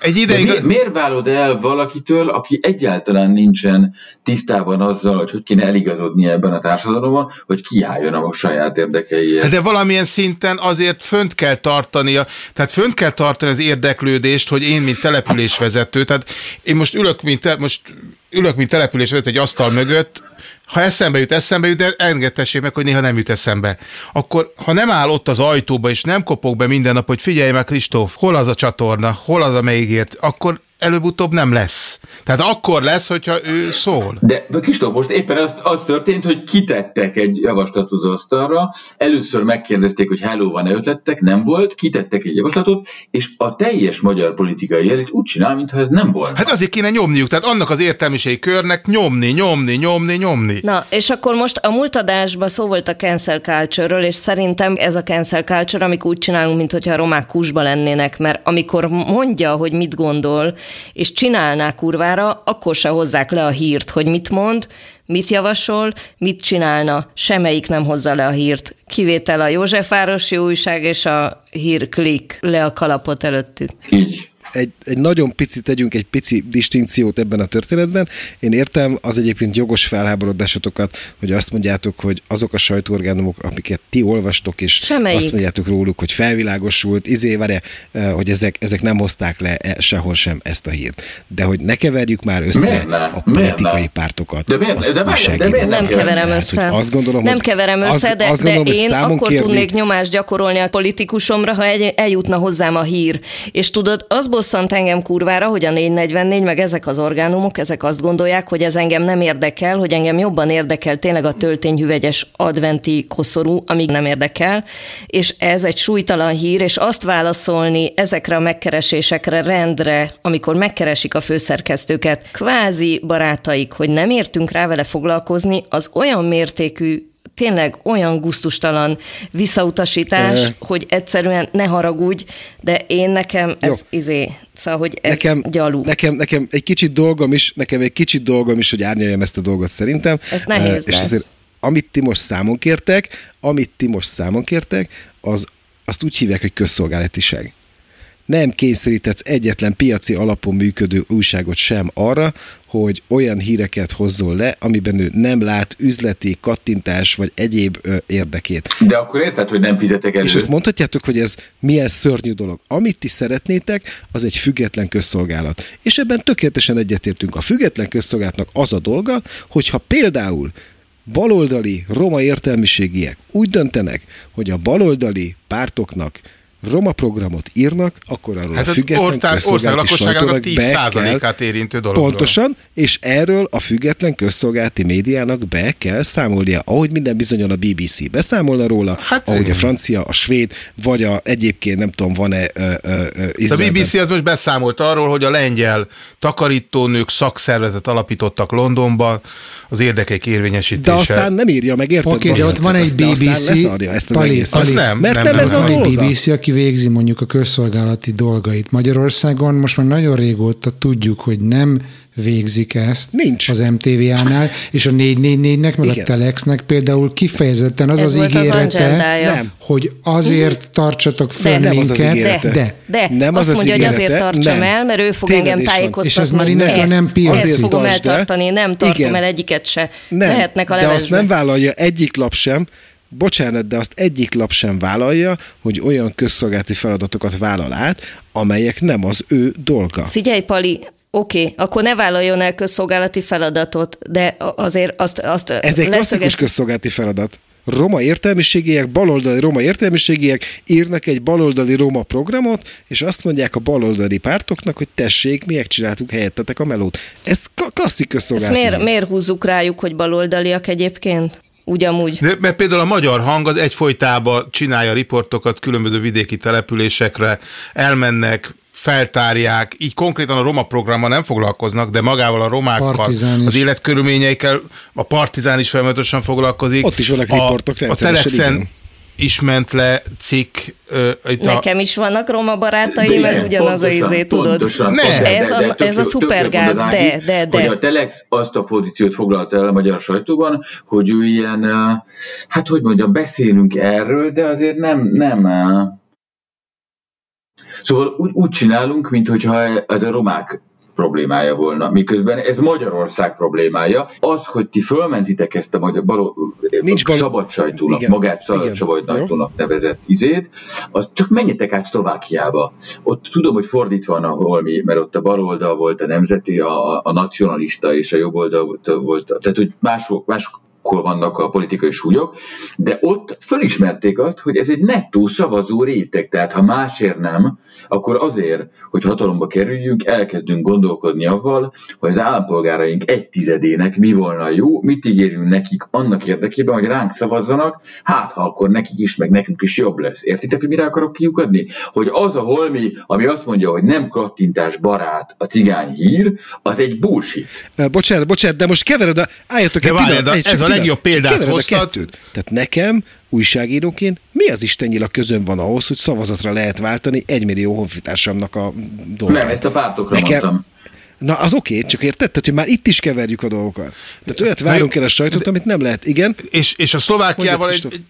egy ideig... mi, miért válod el valakitől, aki egyáltalán nincsen tisztában azzal, hogy hogy kéne eligazodni ebben a társadalomban, hogy kiálljon a saját érdekeiért? De valamilyen szinten azért fönt kell tartania, tehát fönt kell tartani az érdeklődést, hogy én, mint településvezető, tehát én most ülök, mint, te, most ülök, mint településvezető egy asztal mögött, ha eszembe jut, eszembe jut, de engedtessék meg, hogy néha nem jut eszembe. Akkor, ha nem áll ott az ajtóba, és nem kopog be minden nap, hogy figyelj meg, Kristóf, hol az a csatorna, hol az a megígért, akkor előbb-utóbb nem lesz. Tehát akkor lesz, hogyha ő szól. De Kristóf, most éppen az, az történt, hogy kitettek egy javaslatot az asztalra, először megkérdezték, hogy hello, van-e ötletek, nem volt, kitettek egy javaslatot, és a teljes magyar politikai elit úgy csinál, mintha ez nem volna. Hát azért kéne nyomniuk, tehát annak az értelmiségi körnek nyomni, nyomni, nyomni, nyomni. Na, és akkor most a múlt adásban szó volt a cancel culture-ről, és szerintem ez a cancel culture, amikor úgy csinálunk, mintha a romák kúsba lennének, mert amikor mondja, hogy mit gondol, és csinálná kurvára, akkor se hozzák le a hírt, hogy mit mond, mit javasol, mit csinálna. Semmelyik nem hozza le a hírt. Kivétel a Józsefvárosi Újság és a Hírklik, le a kalapot előttük. Így. Egy, egy nagyon picit tegyünk egy pici distinkciót ebben a történetben. Én értem az egyébként jogos felháborodásotokat, hogy azt mondjátok, hogy azok a sajtóorgánumok, amiket ti olvastok, és Semmelyik. Azt mondjátok róluk, hogy felvilágosult, izé, várja, hogy ezek, ezek nem hozták le sehol sem ezt a hírt. De hogy ne keverjük már össze a politikai pártokat. De miért, de miért, de miért nem keverem össze. Hát, azt gondolom, nem keverem össze, az, de, azt gondolom, de én akkor kérni... tudnék nyomást gyakorolni a politikusomra, ha egy, eljutna hozzám a hír. És tudod, az bosszant engem kurvára, hogy a négy negyvennégy, meg ezek az orgánumok, ezek azt gondolják, hogy ez engem nem érdekel, hogy engem jobban érdekel tényleg a töltényhüvegyes adventi koszorú, amíg nem érdekel, és ez egy súlytalan hír, és azt válaszolni ezekre a megkeresésekre rendre, amikor megkeresik a főszerkesztőket, kvázi barátaik, hogy nem értünk rá vele foglalkozni, az olyan mértékű, tényleg olyan gusztustalan visszautasítás, e... hogy egyszerűen ne haragudj, de én nekem ez Jó. izé, szóval, hogy ez nekem, gyalú. Nekem, nekem egy kicsit dolgom is, nekem egy kicsit dolgom is, hogy árnyaljam ezt a dolgot szerintem. Ez nehéz uh, És azért, amit ti most számon kértek, amit ti most számon kértek, az, azt úgy hívják, hogy közszolgálatiság. Nem kényszerítetsz egyetlen piaci alapon működő újságot sem arra, hogy olyan híreket hozzon le, amiben ő nem lát üzleti, kattintás vagy egyéb ö, érdekét. De akkor érted, hogy nem fizetek elő. És ezt mondhatjátok, hogy ez milyen szörnyű dolog. Amit ti szeretnétek, az egy független közszolgálat. És ebben tökéletesen egyetértünk. A független közszolgálatnak az a dolga, hogyha például baloldali roma értelmiségiek úgy döntenek, hogy a baloldali pártoknak roma programot írnak, akkor arról hát a független közszolgálati sajtónak tíz százalékát érintő dologról. Pontosan, és erről a független közszolgálati médiának be kell számolnia, ahogy minden bizonyan a bé bé cé beszámolna róla, hát ahogy én. a francia, a svéd, vagy a egyébként nem tudom, van-e uh, uh, Izraelben. A bé bé cé az most beszámolt arról, hogy a lengyel takarítónők szakszervezet alapítottak Londonban az érdekeik érvényesítése. De aztán nem írja meg, érted? Oké, okay, de ott van egy bé bé cé, ezt az Pali, az nem, mert nem, nem, nem ez nem, a van dolga. egy bé bé cé, aki végzi mondjuk a közszolgálati dolgait. Magyarországon most már nagyon régóta tudjuk, hogy nem végzik ezt Nincs. az em té vé á-nál, és a négy négy négynek, meg Igen. a Telexnek például kifejezetten az Ez az ígérete, az hogy azért tartsatok föl nem minket. Az az de, de, de, nem azt az mondja, az hogy azért tartsam nem. el, mert ő fog Tényleg engem tájékoztatni. És ez már innentől nem piaci. Ezt fogom tartsd, eltartani, nem tartom Igen. el egyiket se. Nem, Lehetnek a de levesbe. azt nem vállalja egyik lap sem, bocsánat, de azt egyik lap sem vállalja, hogy olyan közszolgálati feladatokat vállal át, amelyek nem az ő dolga. Figyelj, Pali, oké, okay, akkor ne vállaljon el közszolgálati feladatot, de azért azt... azt Ez egy klasszikus közszolgálati feladat. Roma értelmiségiek, baloldali roma értelmiségiek írnak egy baloldali roma programot, és azt mondják a baloldali pártoknak, hogy tessék, miért csináltuk helyettetek a melót. Ez klasszik közszolgálati. Ezt miért, miért húzzuk rájuk, hogy baloldaliak egyébként? Ugyanúgy. De, mert például a Magyar Hang az egyfolytában csinálja riportokat különböző vidéki településekre, elmennek, feltárják, így konkrétan a roma programmal nem foglalkoznak, de magával a romákkal, az életkörülményeikkel, a Partizán is folyamatosan foglalkozik. Ott is vannak riportok rendszeresen. A Telexen is ment le cikk. Uh, Nekem a... is vannak roma barátaim, de ez ugyanaz a izé, tudod. Pontosan, ne, pontosan, ez, de, a, de, ez a szupergáz, de, de, de. Hogy a Telex azt a pozíciót foglalta el a magyar sajtóban, hogy ő ilyen, hát hogy mondjam, beszélünk erről, de azért nem, nem Szóval úgy, úgy csinálunk, mintha ez a romák problémája volna, miközben ez Magyarország problémája. Az, hogy ti fölmentitek ezt a magyar baló, bal... szabad sajtónak, igen, magát szabad sajtónak nevezett izét, az csak menjetek át Szlovákiába. Ott tudom, hogy fordítva van a holmi, mert ott a baloldal volt a nemzeti, a, a nacionalista és a jobboldal volt, volt, tehát hogy mások, mások hol vannak a politikai súlyok, de ott fölismerték azt, hogy ez egy nettó szavazó réteg, tehát ha másért nem, akkor azért, hogy hatalomba kerüljünk, elkezdünk gondolkodni avval, hogy az állampolgáraink egy tizedének mi volna jó, mit ígérünk nekik annak érdekében, hogy ránk szavazzanak, hát ha akkor nekik is, meg nekünk is jobb lesz. Értitek, hogy mire akarok kiukadni? Hogy az a holmi, ami azt mondja, hogy nem kattintás barát a cigány hír, az egy bullshit. Bocsánat, bocsánat, de most kevered a... Álljatok egy pillanat, ez pillanat, a legjobb példát hoztad. Tehát nekem újságíróként mi az istennyila közön van ahhoz, hogy szavazatra lehet váltani egymillió honfitársamnak a dolgát? Nem, ezt a pártokra nekem... mondtam. Na, az oké, csak érted? Tehát, hogy már itt is keverjük a dolgokat. Tehát olyat várunk el a sajtót, de, amit nem lehet. Igen? És, és a Szlovákiával egy, egy,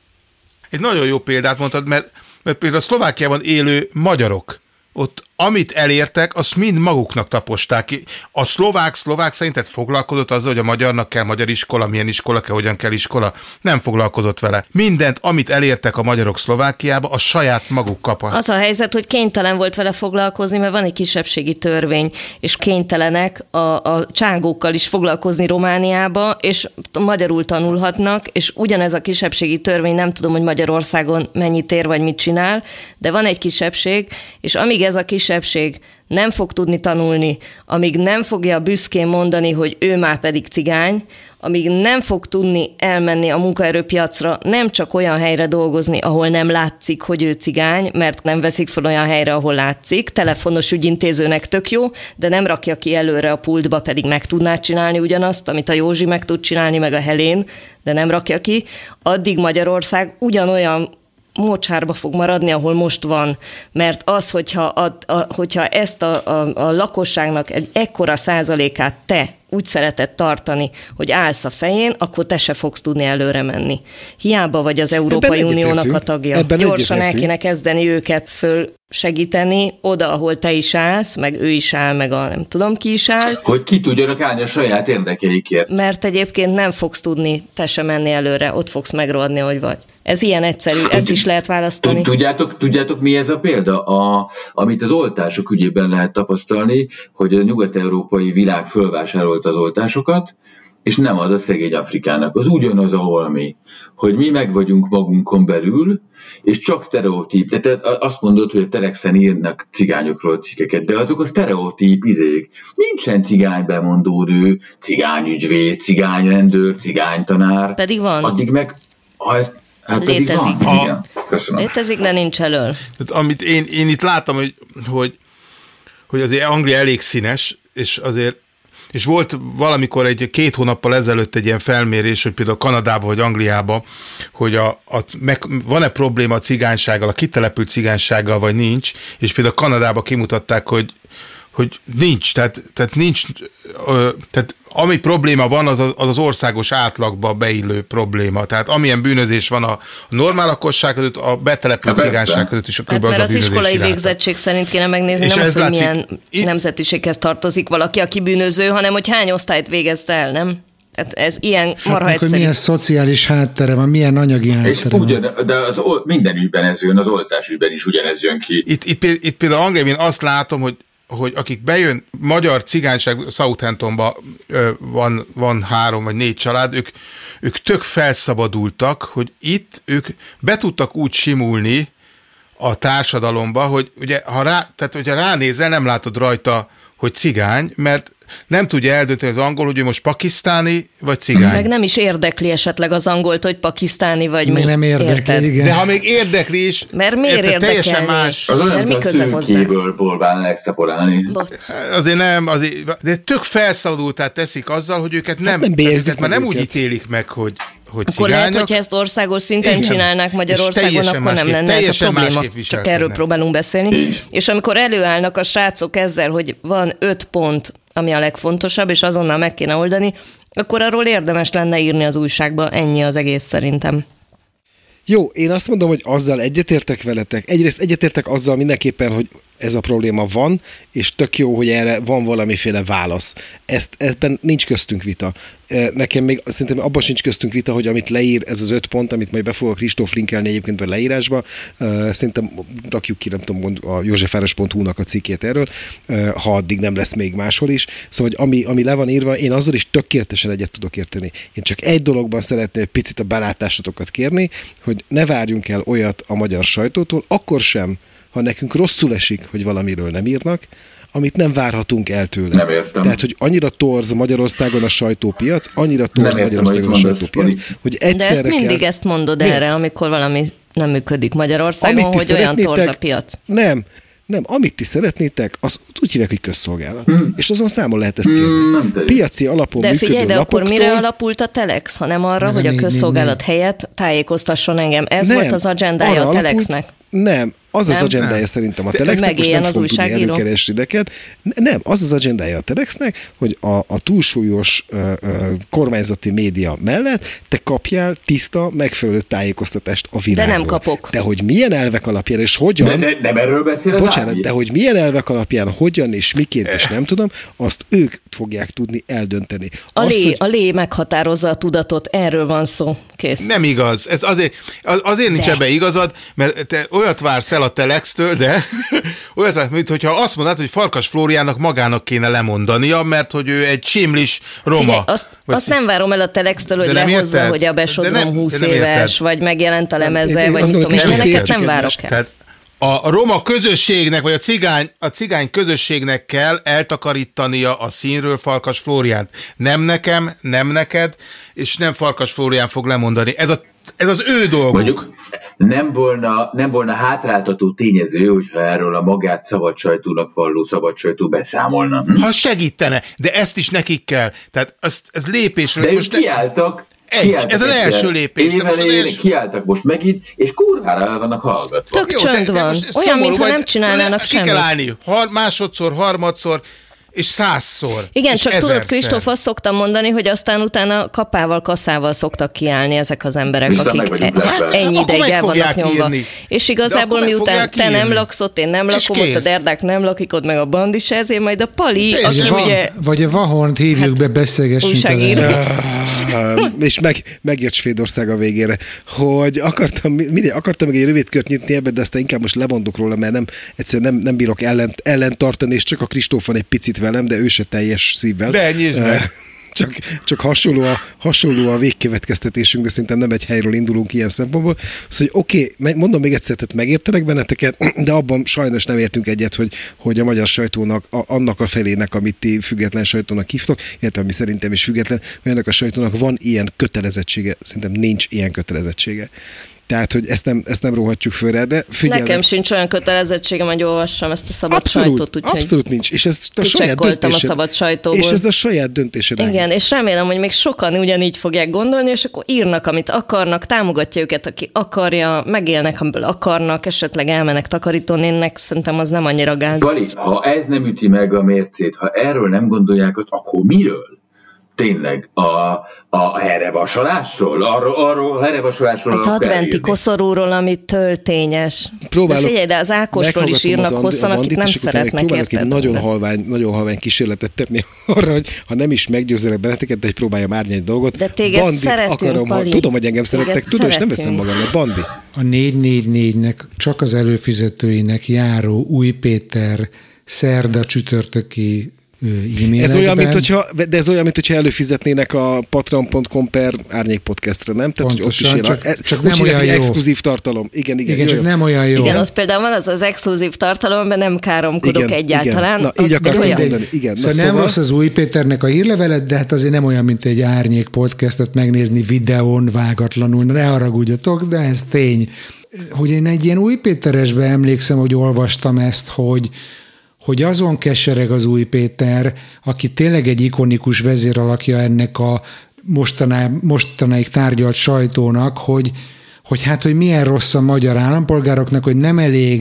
egy nagyon jó példát mondtad, mert, mert például a Szlovákiában élő magyarok, ott amit elértek, azt mind maguknak taposták ki. A szlovák szlovák szerinted foglalkozott azzal, hogy a magyarnak kell magyar iskola, milyen iskola kell, hogyan kell iskola? Nem foglalkozott vele. Mindent, amit elértek a magyarok Szlovákiába, a saját maguk kapa. Az a helyzet, hogy kénytelen volt vele foglalkozni, mert van egy kisebbségi törvény, és kénytelenek a, a csángókkal is foglalkozni Romániába, és magyarul tanulhatnak, és ugyanez a kisebbségi törvény, nem tudom, hogy Magyarországon mennyit ér, vagy mit csinál, de van egy kisebbség, és amíg ez a kisebbség nem fog tudni tanulni, amíg nem fogja büszkén mondani, hogy ő már pedig cigány, amíg nem fog tudni elmenni a munkaerőpiacra, nem csak olyan helyre dolgozni, ahol nem látszik, hogy ő cigány, mert nem veszik fel olyan helyre, ahol látszik. Telefonos ügyintézőnek tök jó, de nem rakja ki előre a pultba, pedig meg tudná csinálni ugyanazt, amit a Józsi meg tud csinálni, meg a Helén, de nem rakja ki. Addig Magyarország ugyanolyan mocsárba fog maradni, ahol most van. Mert az, hogyha, a, a, hogyha ezt a, a, a lakosságnak egy ekkora százalékát te úgy szereted tartani, hogy állsz a fején, akkor te se fogsz tudni előre menni. Hiába vagy az Európai Uniónak a tagja. Ebben gyorsan el kéne kezdeni őket föl segíteni oda, ahol te is állsz, meg ő is áll, meg a nem tudom ki is áll. Hogy ki tudjanak állni a saját érdekeikért. Mert egyébként nem fogsz tudni te se menni előre, ott fogsz megrohadni, hogy vagy. Ez ilyen egyszerű, ezt is lehet választani. Tudjátok, tudjátok mi ez a példa? A, amit az oltások ügyében lehet tapasztalni, hogy a nyugat-európai világ fölvásárolta az oltásokat, és nem ad a szegény Afrikának. Az ugyanaz a holmi, hogy mi meg vagyunk magunkon belül, és csak sztereotíp. Tehát azt mondod, hogy a Telexen írnak cigányokról cikkeket, de azok a sztereotíp izék. Nincsen cigánybemondódő, cigányügyvéd, cigányrendőr, cigánytanár. Pedig van. Addig meg, ha ezt Hát létezik. A... Létezik, de nincs elől. Tehát, amit én, én itt látom, hogy, hogy, hogy azért Anglia elég színes, és azért és volt valamikor egy két hónappal ezelőtt egy ilyen felmérés, hogy például Kanadában vagy Angliában, hogy a, a, meg, van-e probléma a cigánysággal, a kitelepült cigánysággal, vagy nincs, és például Kanadában kimutatták, hogy hogy nincs, tehát, tehát nincs, ö, tehát ami probléma van, az, az az országos átlagba beillő probléma. Tehát amilyen bűnözés van a normál lakosság között, a betelepült cigányság között is a hát, mert az, az iskolai ráta. Végzettség szerint kéne megnézni, és nem az, hogy látszik, milyen itt... nemzetiséghez tartozik valaki, aki bűnöző, hanem hogy hány osztályt végezte el, nem? Hát ez ilyen marha hát, egyszerű. Hogy milyen szociális háttere van, milyen anyagi háttere ugyan, van. De az, minden ügyben ez jön, az oltás ügyben is ugyanez jön ki. Itt, itt, itt például Angliában azt látom, hogy hogy akik bejön, magyar cigányság, Southamptonban van, van három vagy négy család, ők, ők tök felszabadultak, hogy itt ők be tudtak úgy simulni a társadalomba, hogy ugye, ha rá, tehát, hogyha ránézel, nem látod rajta, hogy cigány, mert nem tudja eldönteni az angol, hogy ő most pakisztáni, vagy cigány. Meg nem is érdekli esetleg az angolt, hogy pakisztáni, vagy még mi. Nem érdekli, igen. De ha még érdekli is, mert miért érdekelni? Más. Az olyan, mert mi köze hozzá? Próbálna extraporálni. Azért nem, azért, de tök felszabadultá teszik azzal, hogy őket nem, hát nem őket már nem őket. Úgy ítélik meg, hogy hogy akkor cigányok. Lehet, hogyha ezt országos szinten igen. Csinálnák Magyarországon, akkor nem lenne ez a probléma. Csak erről próbálunk beszélni. És. és amikor előállnak a srácok ezzel, hogy van öt pont, ami a legfontosabb, és azonnal meg kéne oldani, akkor arról érdemes lenne írni az újságba. Ennyi az egész szerintem. Jó, én azt mondom, hogy azzal egyetértek veletek. Egyrészt egyetértek azzal mindenképpen, hogy ez a probléma van, és tök jó, hogy erre van valamiféle válasz. Ezt, ezben nincs köztünk vita. Nekem még szerintem abban sincs köztünk vita, hogy amit leír ez az öt pont, amit majd be fogok Kristóf linkelni egyébként a leírásba, szerintem rakjuk ki, nem tudom, a józsefváros pont hu-nak a cikkét erről, ha addig nem lesz még máshol is. Szóval, hogy ami, ami le van írva, én azzal is tökéletesen egyet tudok érteni. Én csak egy dologban szeretném egy picit a belátásotokat kérni, hogy ne várjunk el olyat a magyar sajtótól, akkor sem, ha nekünk rosszul esik, hogy valamiről nem írnak, amit nem várhatunk el tőle. Nem értem. Tehát, hogy annyira torz Magyarországon a sajtópiac, annyira torz értem, Magyarországon a sajtópiac, hogy egyszerre De ezt mindig kell... ezt mondod Miért? erre, amikor valami nem működik Magyarországon, Amit hogy olyan torz a piac. Nem, nem, amit ti szeretnétek, az úgy hívják, hogy közszolgálat. Hmm. És azon számon lehet ezt kérni. Hmm, Piaci alapon De működő figyelj, de lapoktól... akkor mire alapult a Telex, hanem arra, Nem, hogy a négy, közszolgálat négy, helyett tájékoztasson engem. Ez Nem, volt az agendája arra a Telexnek. Alapult, nem, az Nem? az agendája Nem. szerintem a De Telexnek, most nem megéljen az fogom tudni újságíró. előkeresni neked. Nem, az az agendája a Telexnek, hogy a, a túlsúlyos uh, uh, kormányzati média mellett te kapjál tiszta, megfelelő tájékoztatást a világról. De nem kapok. De hogy milyen elvek alapján és hogyan... De, de nem erről beszél az Bocsánat, Ági? de hogy milyen elvek alapján, hogyan és miként, és nem tudom, azt ők fogják tudni eldönteni. A Azt, lé, hogy... a lé meghatározza a tudatot, erről van szó. Kész. Nem igaz. Ez azért, az- azért nincs De. ebbe igazad, mert te olyat vársz el a Telextől, de olyat vársz, mint hogyha azt mondod, hogy Farkas Flóriának magának kéne lemondania, mert hogy ő egy csimlis roma. Figyelj, azt, Vagy- azt nem várom el a Telextől, hogy De nem lehozza, érted? hogy a De besodrom nem- húsz de nem éves, érted. vagy megjelent a lemeze, én vagy azt mit tudom gondolom, én, hogy ilyeneket értjük nem egymást. várok el. Tehát a roma közösségnek, vagy a cigány, a cigány közösségnek kell eltakarítania a színről Farkas Flóriánt. Nem nekem, nem neked, és nem Farkas Flórián fog lemondani. Ez, a, ez az ő dolguk. Mondjuk nem volna, nem volna hátráltató tényező, hogyha erről a magát szabad sajtónak valló szabad sajtó beszámolna. Hm? Ha segítene, de ezt is nekik kell. Tehát ez, ez lépésről. De ők most ne- kiálltak, Egy, kiálltak ez az egyszer első lépés, de éven most az élén, első- kiálltak most megint, és kurvára el vannak hallgatva. Tök Jó, csönd de- de van. most Olyan, szomorú mintha vagy, nem csinálnának ki semmit. kell állni. Har, másodszor, harmadszor, és százszor. Igen, és csak tudod, ezerszer. Kristóf, azt szoktam mondani, hogy aztán utána kapával, kasszával szoktak kiállni ezek az emberek, Viszont meg akik vagyunk e- lepve. ennyi Akkor ideig meg el vannak fogják nyomva. írni. És De igazából akkor meg miután fogják te nem írni. laksz ott, én nem És lakom ott, a kész. Derdák nem lakik ott, meg a Bandi se, ezért majd a Pali, Vagy aki Vagy a, ugye... va, vagy a Vahont hívjuk be, beszélgessünk újságíró. vele. Ah, és meg, megjött Svédország a végére, hogy akartam, mindegy, akartam meg egy rövid kört nyitni ebbe, de aztán inkább most lemondok róla, mert nem, egyszerűen nem, nem bírok ellen, ellen tartani, és csak a Kristóf van egy picit velem, de ő se teljes szívvel. De nyisd meg. Eh, Csak, csak hasonló, a, hasonló a végkövetkeztetésünk, de szerintem nem egy helyről indulunk ilyen szempontból. Szóval, hogy oké, okay, mondom még egyszer, tehát megértelek benneteket, de abban sajnos nem értünk egyet, hogy, hogy a magyar sajtónak, a, annak a felének, amit ti független sajtónak hívtok, illetve ami szerintem is független, hogy ennek a sajtónak van ilyen kötelezettsége, szerintem nincs ilyen kötelezettsége. Tehát, hogy ezt nem, ezt nem róhatjuk fölre, de figyelj. Nekem sincs olyan kötelezettségem, hogy olvassam ezt a szabad Abszolút, sajtót, úgyhogy abszolút nincs. És ez a saját kicsekkoltam a döntésed. szabad sajtóból. És ez a saját döntésed. Ági. Igen, és remélem, hogy még sokan ugyanígy fogják gondolni, és akkor írnak, amit akarnak, támogatja őket, aki akarja, megélnek, amiből akarnak, esetleg elmennek takarítónénnek, szerintem az nem annyira gáz. Vali, ha ez nem üti meg a mércét, ha erről nem gondolják, akkor miről? Tényleg, a, a herevasalásról? Arról, arról a herevasalásról Az kell adventi írni. koszorúról, ami töltényes. Próbálok, de figyelj, de az Ákosról is meghallgatom írnak az Andi- hosszan, a akik Bandit, nem és utána még szeretnek, próbálok egy érted? nagyon De- halvány, nagyon halvány kísérletet tenni arra, hogy ha nem is meggyőzelek benneteket, de egy próbáljam árnyalni egy dolgot. De téged Bandit szeretünk, akarom, Pali. tudom, hogy engem Téged szerettek, tudom, és nem veszem szeretünk. magamnak. Bandi. A négy négy négynek csak az előfizetőinek járó Új Péter szerda csütörtöki ö, e-mailekben. Ez olyan, mint hogyha, de ez olyan, mint hogyha előfizetnének a patreon pont com per árnyék podcastra, nem? Tehát, hogy ott is Pontosan, ilyen, csak- e- csak úgy nem hívják, olyan hogy jó. exkluzív tartalom. Igen, igen. Igen, jó, csak jó. nem olyan jó. Igen, az például van az az exkluzív tartalom, amiben nem káromkodok Igen, egyáltalán. igen. Na, az így akartam olyan. mondani. Igen, na Szóval nem szóval- rossz az Új Péternek a hírlevelet, de hát azért nem olyan, mint egy árnyék podcastet megnézni videón vágatlanul. Ne haragudjatok, de ez tény. Hogy én egy ilyen Új Péteresbe emlékszem, hogy olvastam ezt, hogy hogy azon kesereg az Új Péter, aki tényleg egy ikonikus vezéralakja ennek a mostaná, mostanáig tárgyalt sajtónak, hogy, hogy hát, hogy milyen rossz a magyar állampolgároknak, hogy nem elég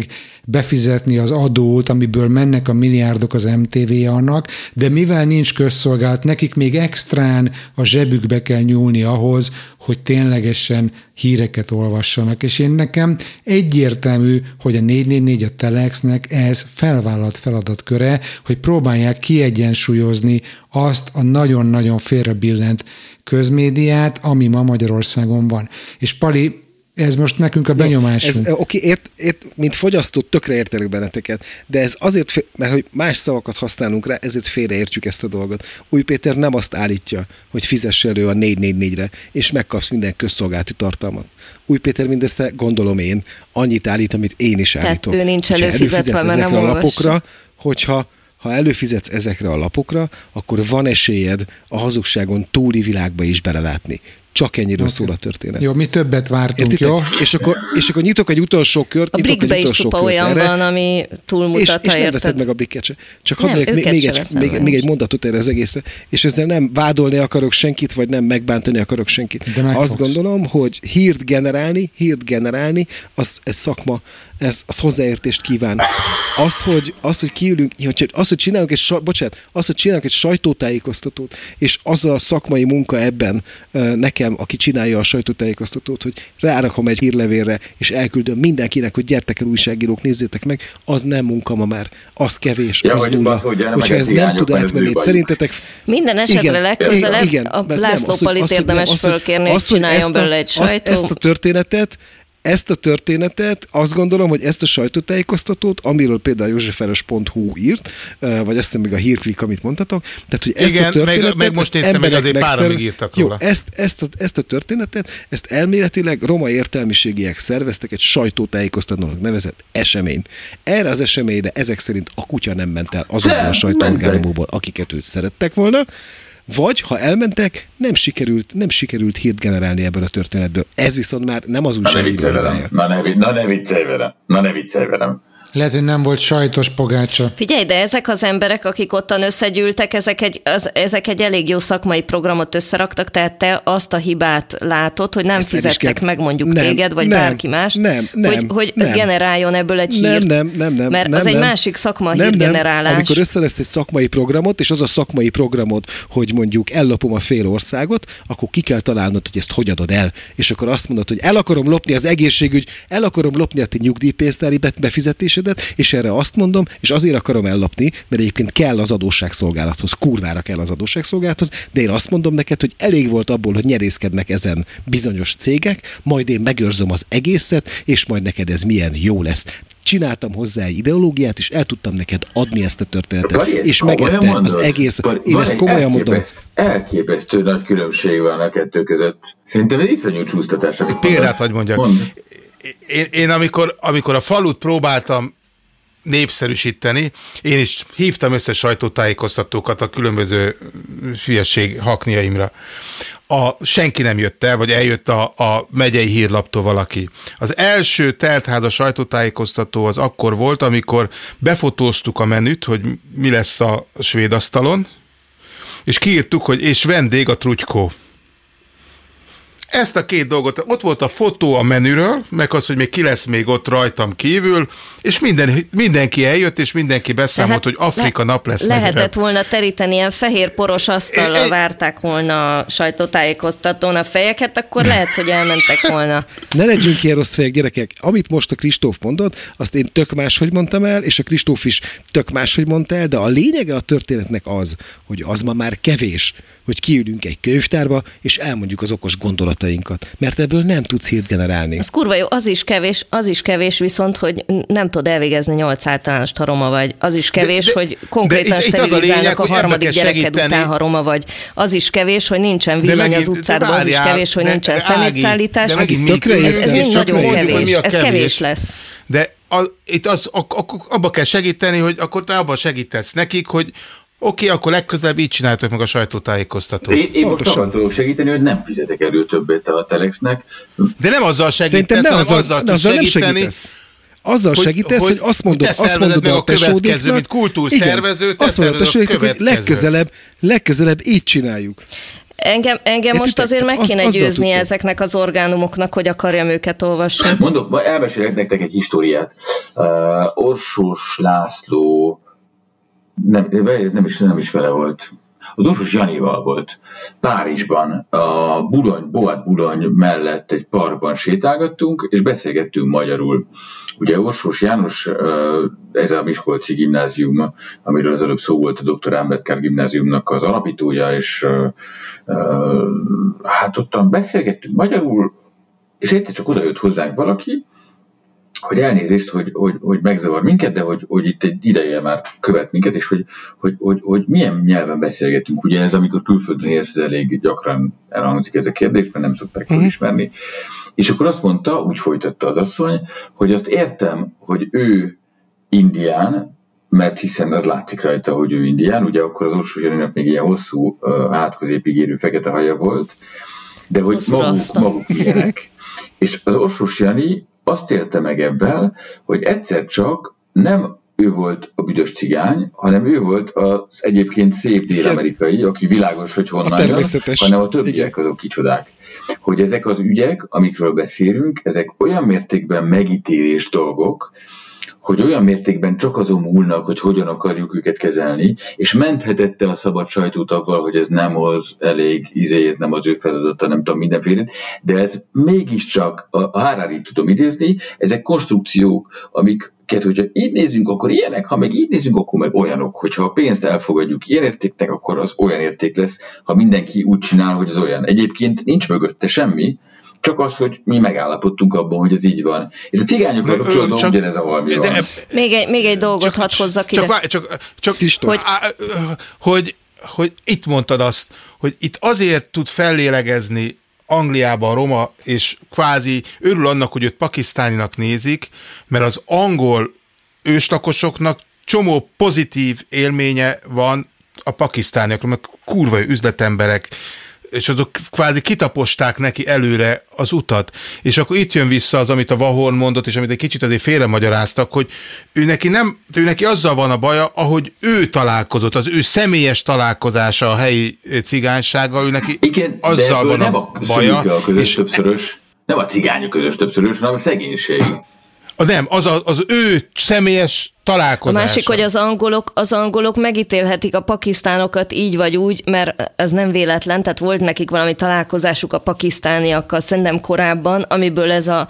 befizetni az adót, amiből mennek a milliárdok az em té vé annak, de mivel nincs közszolgálat, nekik még extrán a zsebükbe kell nyúlni ahhoz, hogy ténylegesen híreket olvassanak. És én nekem egyértelmű, hogy a négy négy négy a Telexnek ez felvállalt feladatköre, hogy próbálják kiegyensúlyozni azt a nagyon-nagyon félrebillent közmédiát, ami ma Magyarországon van. És Pali, ez most nekünk a benyomásunk. Ez, oké, ért, ért, mint fogyasztó tökre értelek benneteket, de ez azért, mert hogy más szavakat használunk rá, ezért félreértjük ezt a dolgot. Új Péter nem azt állítja, hogy fizess elő a négy négy négyre, és megkapsz minden közszolgálati tartalmat. Új Péter mindössze, gondolom én, annyit állít, amit én is állítok. Tehát ő nincs előfizetve, mert nem a lapokra, hogyha ha előfizetsz ezekre a lapokra, akkor van esélyed a hazugságon túli világba is belelátni. Csak ennyiről okay. szól a történet. Jó, mi többet vártunk, Értitek? jó? És akkor, és akkor nyitok egy utolsó kört. A Blikkbe is csupa olyan erre, van, ami túlmutat. És, és nem veszed meg a Blikket se. Csak hadd még, még, egy, még, még egy mondatot erre az egészre. És ezzel nem vádolni akarok senkit, vagy nem megbántani akarok senkit. Azt gondolom, hogy hírt generálni, hírt generálni, az, ez szakma, ez, az hozzáértést kíván. Az, hogy, az, hogy kiülünk, az, hogy csinálunk egy, bocsánat, az, hogy csinálunk egy sajtótájékoztatót, és az a szakmai munka ebben nekem, aki csinálja a sajtótájékoztatót, hogy rárakom egy hírlevélre, és elküldöm mindenkinek, hogy gyertek el újságírók, nézzétek meg, az nem munka ma már, az kevés, ja, az nulla. Hogyha ez nem tud átmenni, szerintetek... Minden esetre igen, legközelebb igen, a László Palit érdemes fölkérni, hogy csináljon belőle egy sajtó. Ezt a történetet Ezt a történetet, azt gondolom, hogy ezt a sajtótájékoztatót, amiről például józsefváros pont hu írt, vagy azt hiszem még a hírklik, amit mondtatok, tehát, hogy ezt igen, a történetet... meg, meg most néztem, meg azért pára még írtak róla. Jó, ezt, ezt, a, ezt a történetet, ezt elméletileg roma értelmiségiek szerveztek egy sajtótájékoztatónak nevezett eseményt. Erre az eseményre ezek szerint a kutya nem ment el azokból a sajtóorgánumokból, akiket őt szerettek volna, vagy, ha elmentek, nem sikerült, nem sikerült hírt generálni ebből a történetből. Ez viszont már nem az újságíró hibája. Na ne, na ne viccelj velem. Na ne viccelj velem. Lehet, hogy nem volt sajtos pogácsa. Figyelj, de ezek az emberek, akik ottan összegyűltek, ezek egy, az, ezek egy elég jó szakmai programot összeraktak, tehát te azt a hibát látod, hogy nem Ezt fizettek meg mondjuk nem, téged, vagy nem, bárki más, nem, nem, hogy, hogy nem. generáljon ebből egy hírt. Nem, nem, nem, nem, mert nem, az nem, egy nem. másik szakma a nem, hírgenerálás. Nem. Amikor összelesz egy szakmai programot, és az a szakmai programot, hogy mondjuk ellopom a fél országot, akkor ki kell találnod, hogy ezt hogy adod el. És akkor azt mondod, hogy el akarom lopni az egészségügy, el akarom lopni a te nyugdíjpénztári befizetésedet, és erre azt mondom, és azért akarom ellopni, mert egyébként kell az adósságszolgálathoz, kurvára kell az adósságszolgálathoz, de én azt mondom neked, hogy elég volt abból, hogy nyerészkednek ezen bizonyos cégek, majd én megőrzöm az egészet, és majd neked ez milyen jó lesz. Csináltam hozzá egy ideológiát, és el tudtam neked adni ezt a történetet. Bari, és megette az egész. Bari, én ezt komolyan mondom. Elképesztő nagy különbség van a kettő között. Szerintem ez iszonyú csúsztatás. Példát hagy mondjak. Mond. Én, én amikor, amikor a falut próbáltam népszerűsíteni. Én is hívtam össze sajtótájékoztatókat a különböző hülyeség hakniaimra. A, senki nem jött el, vagy eljött a, a megyei hírlaptól valaki. Az első teltházas sajtótájékoztató az akkor volt, amikor befotóztuk a menüt, hogy mi lesz a svéd asztalon, és kiírtuk, hogy és vendég a Trutykó. Ezt a két dolgot, ott volt a fotó a menüről, meg az, hogy még ki lesz még ott rajtam kívül, és minden, mindenki eljött, és mindenki beszámolt, tehát hogy Afrika le, nap lesz. Lehetett menüre. volna teríteni, ilyen fehér poros asztallal várták volna a sajtótájékoztatón a fejeket, akkor lehet, hogy elmentek volna. Ne legyünk ilyen rossz fejek, gyerekek. Amit most a Kristóf mondott, azt én tök máshogy mondtam el, és a Kristóf is tök máshogy mondta el, de a lényege a történetnek az, hogy az ma már kevés, hogy kiülünk egy könyvtárba, és elmondjuk az okos gondolatainkat. Mert ebből nem tudsz hírt generálni. Ez kurva jó, az is kevés, az is kevés viszont, hogy nem tud elvégezni nyolc általánost, ha roma vagy. Az is kevés, de, de, hogy konkrétan sterilizálnak a, a harmadik gyereked segíteni. Után, ha roma vagy. Az is kevés, hogy nincsen villany az utcádban, az is kevés, hogy de, nincsen szemétszállítás. Ez, ez mind nagyon kevés. Ez kevés lesz. De a, itt az, a, a, abba kell segíteni, hogy akkor te abban segítesz nekik, hogy oké, okay, akkor legközelebb így csináltok meg a sajtótájékoztatót. Én, én most abban tudok segíteni, hogy nem fizetek elő többet a Telexnek. De nem azzal segítesz, hanem azzal, azzal tudsz segíteni. Azzal hogy, segítesz, hogy, hogy azt mondod, azt mondod a tesódéknak, mint kultúrszervező, azt mondod a tesódéknak, hogy legközelebb, legközelebb így csináljuk. Engem, engem most azért meg kéne az, győzni ezeknek az orgánumoknak, hogy akarjam őket olvasni. Mondok, elmesélek nektek egy históriát. Uh, Orsós László, nem, nem, is, nem is vele volt, az Orsós Janival volt Párizsban, a Bulony, Boát Bulony mellett egy parkban sétálgattunk, és beszélgettünk magyarul. Ugye Orsós János, ez a Miskolci gimnázium, amiről az előbb szó volt, a doktor Ambedkár gimnáziumnak az alapítója, és hát ottan beszélgettünk magyarul, és egyszer csak odajött hozzánk valaki, hogy elnézést, hogy, hogy, hogy megzavar minket, de hogy, hogy itt egy ideje már követ minket, és hogy, hogy, hogy, hogy milyen nyelven beszélgetünk. Ugye ez, amikor külföldön élsz, ez elég gyakran elhangzik ez a kérdés, mert nem szokták felismerni. Mm. És akkor azt mondta, úgy folytatta az asszony, hogy azt értem, hogy ő indián, mert hiszen az látszik rajta, hogy ő indián, ugye akkor az Orsós Janinak még ilyen hosszú, átközépig érő fekete haja volt, de hogy maguk, maguk ilyenek. És az Orsós Jani azt élte meg ebben, hogy egyszer csak nem ő volt a büdös cigány, hanem ő volt az egyébként szép dél-amerikai, aki világos, hogy honnan jön, hanem a többiek azok kicsodák. Hogy ezek az ügyek, amikről beszélünk, ezek olyan mértékben megítélés dolgok, hogy olyan mértékben csak azon múlnak, hogy hogyan akarjuk őket kezelni, és menthetette a szabad sajtót avval, hogy ez nem az elég, izé, ez nem az ő feladata, nem tudom, mindenféle, de ez mégiscsak, a Harari tudom idézni, ezek konstrukciók, amiket, hogyha így nézünk, akkor ilyenek, ha meg így nézünk, akkor meg olyanok. Hogyha a pénzt elfogadjuk ilyen értéknek, akkor az olyan érték lesz, ha mindenki úgy csinál, hogy az olyan. Egyébként nincs mögötte semmi, csak az, hogy mi megállapodtunk abban, hogy ez így van. És a cigányokkal kapcsolatban csak, ugyanez a valami van. Még egy, még egy dolgot hadd hozzak ide. Csak, csak, csak hogy, hogy, hogy itt mondtad azt, hogy itt azért tud fellélegezni Angliában a roma, és kvázi örül annak, hogy őt pakisztáninak nézik, mert az angol őslakosoknak csomó pozitív élménye van a pakisztániakról, mert kurva üzletemberek, és azok kvázi kitaposták neki előre az utat. És akkor itt jön vissza az, amit a Vahorn mondott, és amit egy kicsit azért félremagyaráztak, hogy ő neki, nem, ő neki azzal van a baja, ahogy ő találkozott, az ő személyes találkozása a helyi cigánysággal, ő neki igen, azzal van nem a, a baja. A közös többszörös, nem a cigányok közös többszörös, hanem a szegénység. A nem, az, a, az ő személyes találkozása. A másik, hogy az angolok, az angolok megítélhetik a pakisztánokat így vagy úgy, mert ez nem véletlen, tehát volt nekik valami találkozásuk a pakisztániakkal szerintem korábban, amiből ez a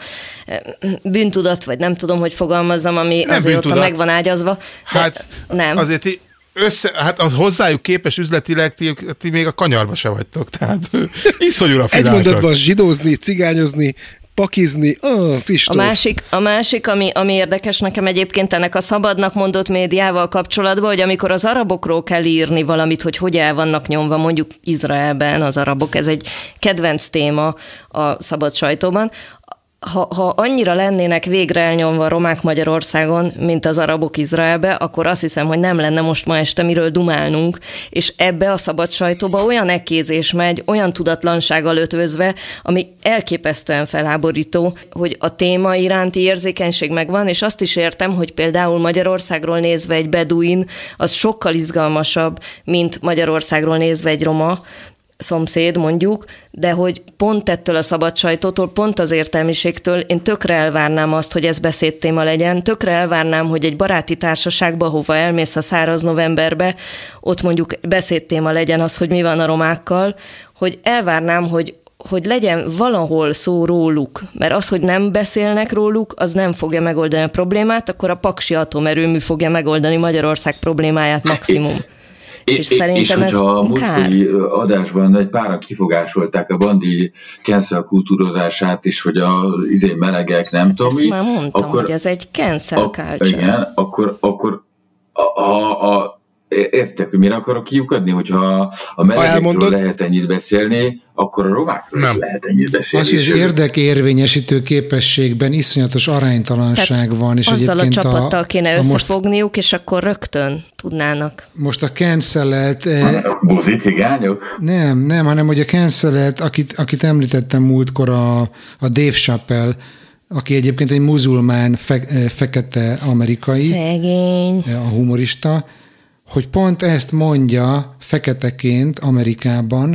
bűntudat, vagy nem tudom, hogy fogalmazzam, ami nem azért bűntudat. Ott megvan ágyazva. Hát nem. Azért össze, hát a hozzájuk képes üzletileg ti, ti még a kanyarba se vagytok, tehát iszonyú rafináltak. Egy mondatban zsidózni, cigányozni, pakizni, oh, a másik, a másik ami, ami érdekes nekem egyébként ennek a szabadnak mondott médiával kapcsolatban, hogy amikor az arabokról kell írni valamit, hogy hogy el vannak nyomva, mondjuk Izraelben az arabok, ez egy kedvenc téma a szabad sajtóban, Ha, ha annyira lennének végre elnyomva a romák Magyarországon, mint az arabok Izraelbe, akkor azt hiszem, hogy nem lenne most ma este miről dumálnunk, és ebbe a szabad sajtóba olyan ekézés megy, olyan tudatlansággal ötvözve, ami elképesztően felháborító, hogy a téma iránti érzékenység megvan, és azt is értem, hogy például Magyarországról nézve egy beduin, az sokkal izgalmasabb, mint Magyarországról nézve egy roma szomszéd mondjuk, de hogy pont ettől a szabad sajtótól, pont az értelmiségtől én tökre elvárnám azt, hogy ez beszédtéma legyen, tökre elvárnám, hogy egy baráti társaságba, hova elmész a száraz novemberbe, ott mondjuk beszédtéma legyen az, hogy mi van a romákkal, hogy elvárnám, hogy hogy legyen valahol szó róluk, mert az, hogy nem beszélnek róluk, az nem fogja megoldani a problémát, akkor a paksi atomerőmű fogja megoldani Magyarország problémáját maximum. És, és szerintem és ez a múltkori adásban egy páran kifogásolták a Bandi cancel kultúrozását is, hogy az izé melegek nem tudom mi. Ezt már mondtam, akkor, hogy ez egy cancel culture. Igen, akkor, akkor a, a, a, értek, hogy mire akarok kiukadni, hogyha a melegekről lehet ennyit beszélni, akkor a romákról nem. is lehet ennyit beszélni. Az, hogy az érdekérvényesítő képességben iszonyatos aránytalanság tehát van. És azzal a csapattal a, kéne a összefogniuk, most, és akkor rögtön tudnának. Most a cancelt... Buzi cigányok? Nem, nem, hanem hogy a cancelt, akit, akit említettem múltkor, a, a Dave Chappelle, aki egyébként egy muzulmán fe, fekete amerikai. Szegény. A humorista, hogy pont ezt mondja feketeként Amerikában,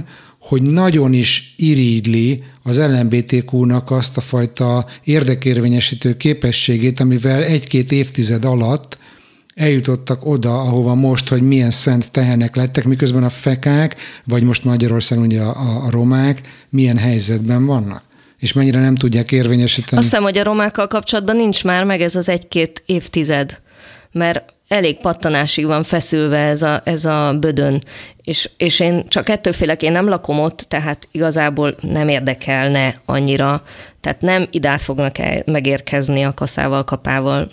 hogy nagyon is irigyli az el em bé té kú-nak azt a fajta érdekérvényesítő képességét, amivel egy-két évtized alatt eljutottak oda, ahova most, hogy milyen szent tehenek lettek, miközben a fekák, vagy most Magyarországon ugye a, a, a romák milyen helyzetben vannak, és mennyire nem tudják érvényesíteni. Azt hiszem, hogy a romákkal kapcsolatban nincs már meg ez az egy-két évtized, mert elég pattanásig van feszülve ez a, ez a bödön, és, és én csak ettől félek, én nem lakom ott, tehát igazából nem érdekelne annyira, tehát nem ide fognak el, megérkezni a kaszával, kapával,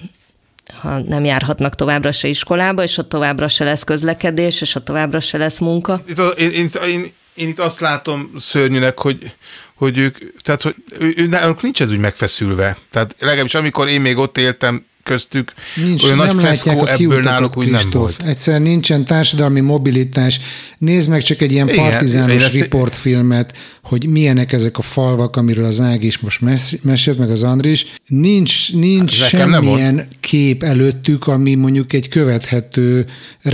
ha nem járhatnak továbbra se iskolába, és ott továbbra se lesz közlekedés, és ott továbbra se lesz munka. Itt a, én, én, én, én itt azt látom szörnyűnek, hogy, hogy ők, tehát hogy ő, ő, náluk nincs ez úgy megfeszülve. Tehát legalábbis amikor én még ott éltem köztük, nincs, olyan nem nagy feszkó ebből náluk úgy nem volt. Egyszerűen nincsen társadalmi mobilitás. Nézd meg csak egy ilyen igen, partizános riportfilmet, hogy milyenek ezek a falvak, amiről az Ági is most mes- mesélt, meg az Andris. Nincs, nincs hát semmilyen kép előttük, ami mondjuk egy követhető,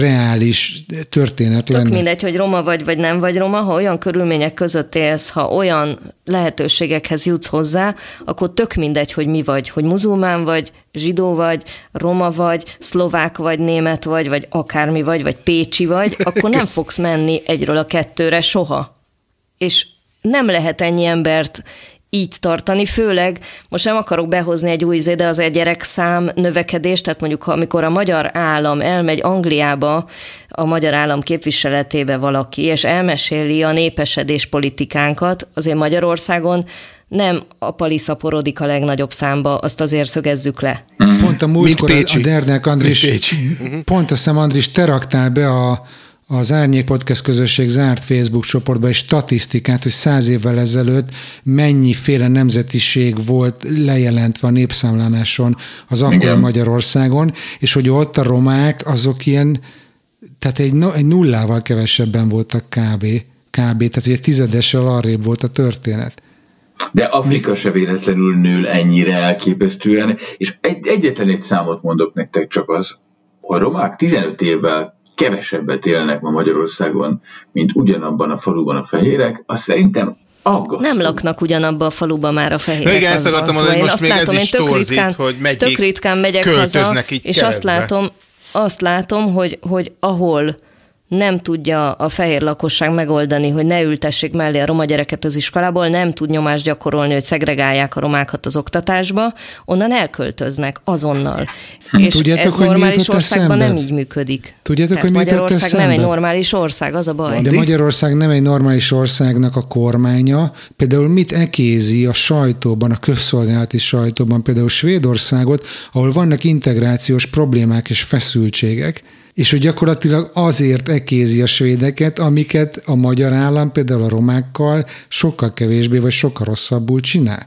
reális történet Tök lenne. mindegy, hogy roma vagy, vagy nem vagy roma, ha olyan körülmények között élsz, ha olyan lehetőségekhez jutsz hozzá, akkor tök mindegy, hogy mi vagy, hogy muzulmán vagy, zsidó vagy, roma vagy, szlovák vagy, német vagy, vagy akármi vagy, vagy pécsi vagy, akkor nem fogsz menni egyről a kettőre soha. És nem lehet ennyi embert így tartani, főleg most nem akarok behozni egy új izé, de az egy gyerekszám növekedés, tehát mondjuk ha, amikor a magyar állam elmegy Angliába, a magyar állam képviseletébe valaki, és elmeséli a népesedés politikánkat, azért Magyarországon nem a pali szaporodik a legnagyobb számba, azt azért szögezzük le. Pont a múltkor a Dernák Andris, pont azt hiszem Andris, te raktál be a az Árnyék Podcast közösség zárt Facebook csoportba egy statisztikát, hogy száz évvel ezelőtt mennyiféle nemzetiség volt lejelentve a népszámláláson az akkori Magyarországon, és hogy ott a romák azok ilyen, tehát egy, egy nullával kevesebben voltak kb. kb. Tehát ugye tizedessel arrébb volt a történet. De Afrika se véletlenül nől ennyire elképesztően, és egy, egyetlen egy számot mondok nektek csak az, hogy a romák tizenöt évvel kevesebbet élnek ma Magyarországon, mint ugyanabban a faluban a fehérek, azt szerintem aggasztó. Nem laknak ugyanabban a faluban már a fehérek. Igen, ezt akartam mondani, hogy most még látom, ez is tök torzít, ritkán, hogy megyék, tök ritkán megyek haza, és keretbe. azt látom, azt látom, hogy, hogy ahol nem tudja a fehér lakosság megoldani, hogy ne ültessék mellé a roma gyereket az iskolából, nem tud nyomást gyakorolni, hogy szegregálják a romákat az oktatásba, onnan elköltöznek azonnal. Hm. És tudjátok, ez normális országban nem így működik. Tudjátok, Tehát hogy Magyarország nem egy normális ország, az a baj. De Magyarország nem egy normális országnak a kormánya. Például mit ekézi a sajtóban, a közszolgálati sajtóban, például Svédországot, ahol vannak integrációs problémák és feszültségek, és hogy gyakorlatilag azért ekézi a svédeket, amiket a magyar állam például a romákkal sokkal kevésbé vagy sokkal rosszabbul csinál.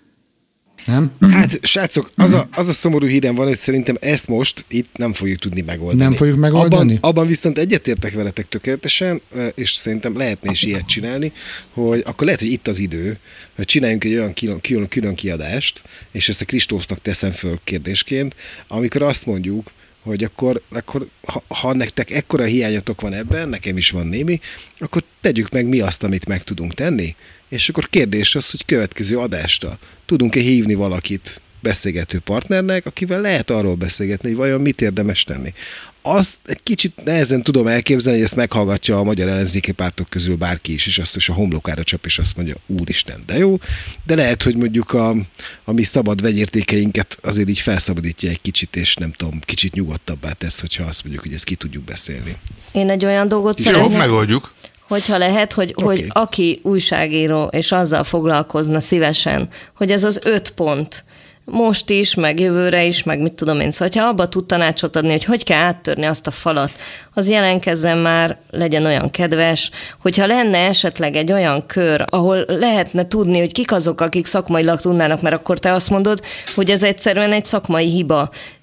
Nem? Hát, srácok, az a, az a szomorú hírem van, hogy szerintem ezt most itt nem fogjuk tudni megoldani. Nem fogjuk megoldani? Abban, abban viszont egyetértek veletek tökéletesen, és szerintem lehetne is ilyet csinálni, hogy akkor lehet, hogy itt az idő, hogy csináljunk egy olyan külön, külön, külön kiadást, és ezt a Kristófnak teszem föl kérdésként, amikor azt mondjuk, hogy akkor, akkor ha, ha nektek ekkora hiányatok van ebben, nekem is van némi, akkor tegyük meg mi azt, amit meg tudunk tenni. És akkor kérdés az, hogy következő adásra tudunk-e hívni valakit beszélgető partnernek, akivel lehet arról beszélgetni, hogy vajon mit érdemes tenni. Azt egy kicsit nehezen tudom elképzelni, hogy ezt meghallgatja a magyar ellenzéki pártok közül bárki is, és azt is a homlokára csap, és azt mondja, úristen, de jó, de lehet, hogy mondjuk a, a mi szabad vegyértékeinket azért így felszabadítja egy kicsit, és nem tudom, kicsit nyugodtabbá tesz, hogyha azt mondjuk, hogy ezt ki tudjuk beszélni. Én egy olyan dolgot és szeretnék. Jó, megoldjuk. Hogyha lehet, hogy, okay. hogy aki újságíró, és azzal foglalkozna szívesen, hogy ez az öt pont, most is, meg jövőre is, meg mit tudom én. Szóval, ha abba tud tanácsot adni, hogy hogy kell áttörni azt a falat, az jelenkezzen már, legyen olyan kedves, hogyha lenne esetleg egy olyan kör, ahol lehetne tudni, hogy kik azok, akik szakmailag tudnának, mert akkor te azt mondod, hogy ez egyszerűen egy szakmai hiba,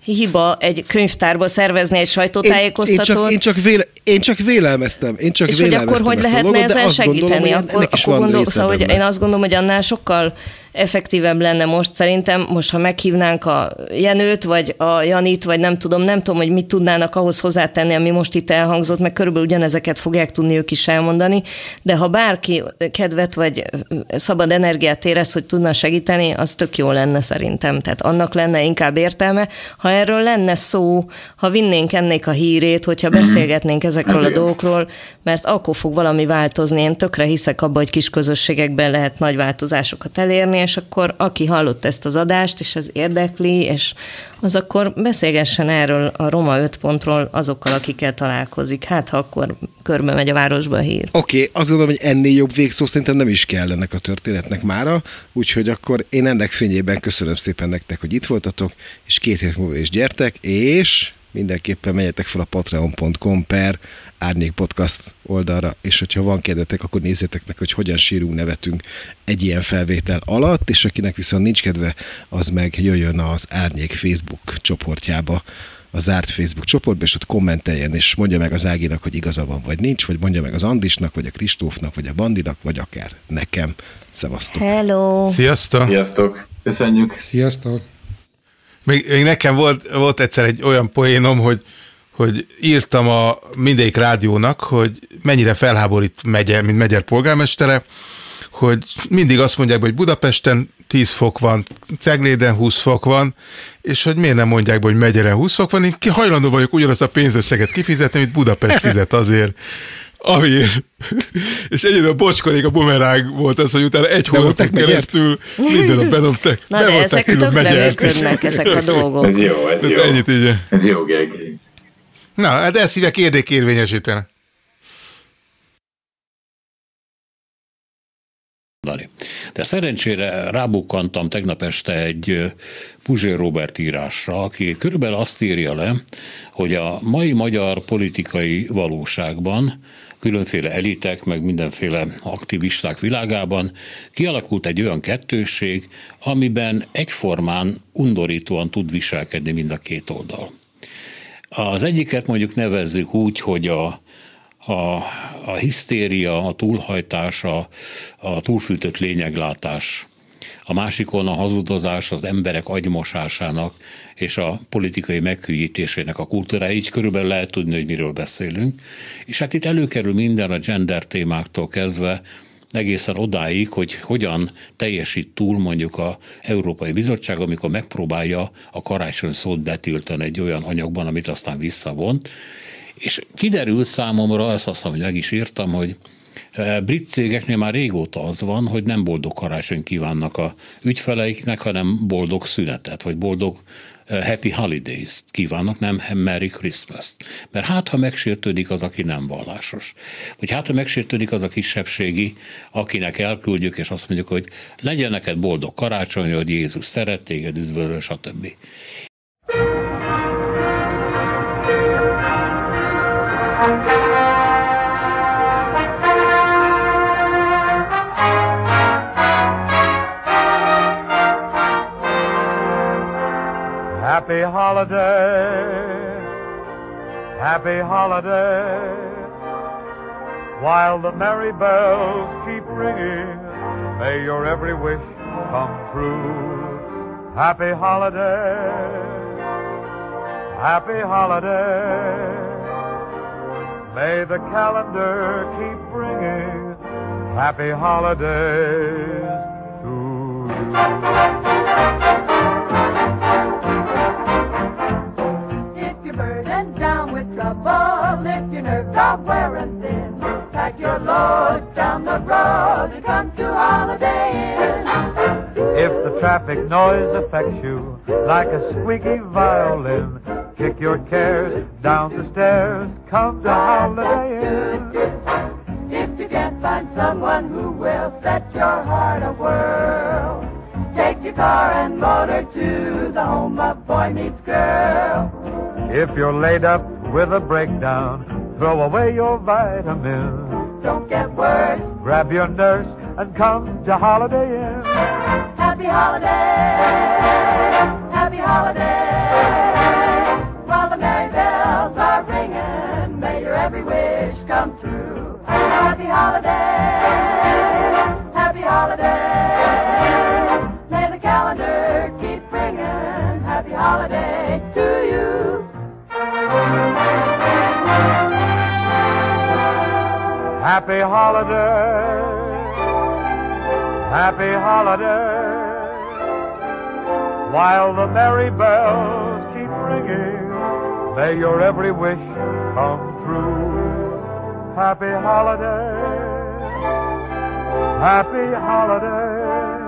hiba egy könyvtárba szervezni egy sajtótájékoztatót. Én, én, csak, én, csak véle, én csak vélelmeztem. Én csak és hogy akkor hogy lehetne dolgot, ezen segíteni? Gondolom, akkor akkor gondol, szóval, hogy én azt gondolom, hogy annál sokkal effektívebb lenne most szerintem, most ha meghívnánk a Jenőt, vagy a Janit, vagy nem tudom, nem tudom, hogy mit tudnának ahhoz hozzátenni, ami most itt elhangzott, meg körülbelül ugyanezeket fogják tudni ők is elmondani, de ha bárki kedvet, vagy szabad energiát érez, hogy tudna segíteni, az tök jó lenne szerintem. Tehát annak lenne inkább értelme, ha erről lenne szó, ha vinnénk ennek a hírét, hogyha beszélgetnénk ezekről a dolgokról, mert akkor fog valami változni. Én tökre hiszek abba, hogy kis közösségekben lehet nagy változásokat elérni, és akkor aki hallott ezt az adást, és ez érdekli, és az akkor beszélgessen erről a Roma öt pontról azokkal, akikkel találkozik. Hát, ha akkor körbe megy a városba a hír. Oké, okay, azt gondolom, hogy ennél jobb végszó szerintem nem is kell ennek a történetnek mára, úgyhogy akkor én ennek fényében köszönöm szépen nektek, hogy itt voltatok, és két hét múlva is gyertek, és mindenképpen menjetek fel a patreon pont com per Árnyék Podcast oldalra, és hogyha van kedvetek, akkor nézzétek meg, hogy hogyan sírunk, nevetünk egy ilyen felvétel alatt, és akinek viszont nincs kedve, az meg jöjjön az Árnyék Facebook csoportjába, a zárt Facebook csoportba, és ott kommenteljen, és mondja meg az Áginak, hogy igaza van, vagy nincs, vagy mondja meg az Andisnak, vagy a Kristófnak, vagy a Bandinak, vagy akár nekem. Szevasztok! Hello! Sziasztok! Sziasztok! Köszönjük! Sziasztok! Még, még nekem volt, volt egyszer egy olyan poénom, hogy hogy írtam a mindegyik rádiónak, hogy mennyire felháborít Megyer, mint Megyer polgármestere, hogy mindig azt mondják, hogy Budapesten tíz fok van, Cegléden húsz fok van, és hogy miért nem mondják, hogy Megyeren húsz fok van, én hajlandó vagyok ugyanazt a pénzösszeget kifizetni, amit Budapest fizet azért, amiért. És egyébként a bocskorék a bumeráng volt az, hogy utána egy hónapon keresztül minden a bedobták. Na de ezek tökre működnek, ezek a dolgok. Ez jó, ez jó. Ennyit így. Ez jó geg. Na, hát ezt hívják érdekérvényesíteni. De szerencsére rábukkantam tegnap este egy Puzsér Róbert írásra, aki körülbelül azt írja le, hogy a mai magyar politikai valóságban, különféle elitek, meg mindenféle aktivisták világában kialakult egy olyan kettősség, amiben egyformán undorítóan tud viselkedni mind a két oldal. Az egyiket mondjuk nevezzük úgy, hogy a A, a hisztéria, a túlhajtás, a, a túlfűtött lényeglátás, a másikon a hazudozás, az emberek agymosásának és a politikai meghűítésének a kultúrája, így körülbelül lehet tudni, hogy miről beszélünk. És hát itt előkerül minden a gender témáktól kezdve, egészen odáig, hogy hogyan teljesít túl mondjuk az Európai Bizottság, amikor megpróbálja a karácsony szót betiltani egy olyan anyagban, amit aztán visszavont. És kiderült számomra, ezt azt hiszem, hogy meg is írtam, hogy brit cégeknél már régóta az van, hogy nem boldog karácsony kívánnak a ügyfeleiknek, hanem boldog szünetet, vagy boldog Happy Holidays kívánnak, nem Merry Christmas. Mert hát, ha megsértődik az, aki nem vallásos. Vagy hát, ha megsértődik az a kisebbségi, akinek elküldjük, és azt mondjuk, hogy legyen neked boldog karácsony, hogy Jézus szeret téged, üdvözöl, stb. Happy holiday, happy holiday, while the merry bells keep ringing, may your every wish come true. Happy holiday, happy holiday, may the calendar keep bringing happy holidays to you. Lift your nerves off wearing thin. Pack your load down the road and come to Holiday Inn. If the traffic noise affects you like a squeaky violin, kick your cares down the stairs, come to Holiday Inn. If you can't find someone who will set your heart a whirl, take your car and motor to the home of Boy Meets Girl. If you're laid up with a breakdown, throw away your vitamins. Don't get worse. Grab your nurse and come to Holiday Inn. Happy holiday, happy holiday. holiday. May the calendar keep bringing happy holiday to you. Happy holiday, happy holiday, while the merry bells keep ringing, may your every wish come true. Happy holiday, happy holiday,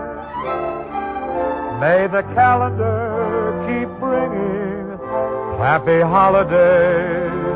may the calendar keep bringing happy holiday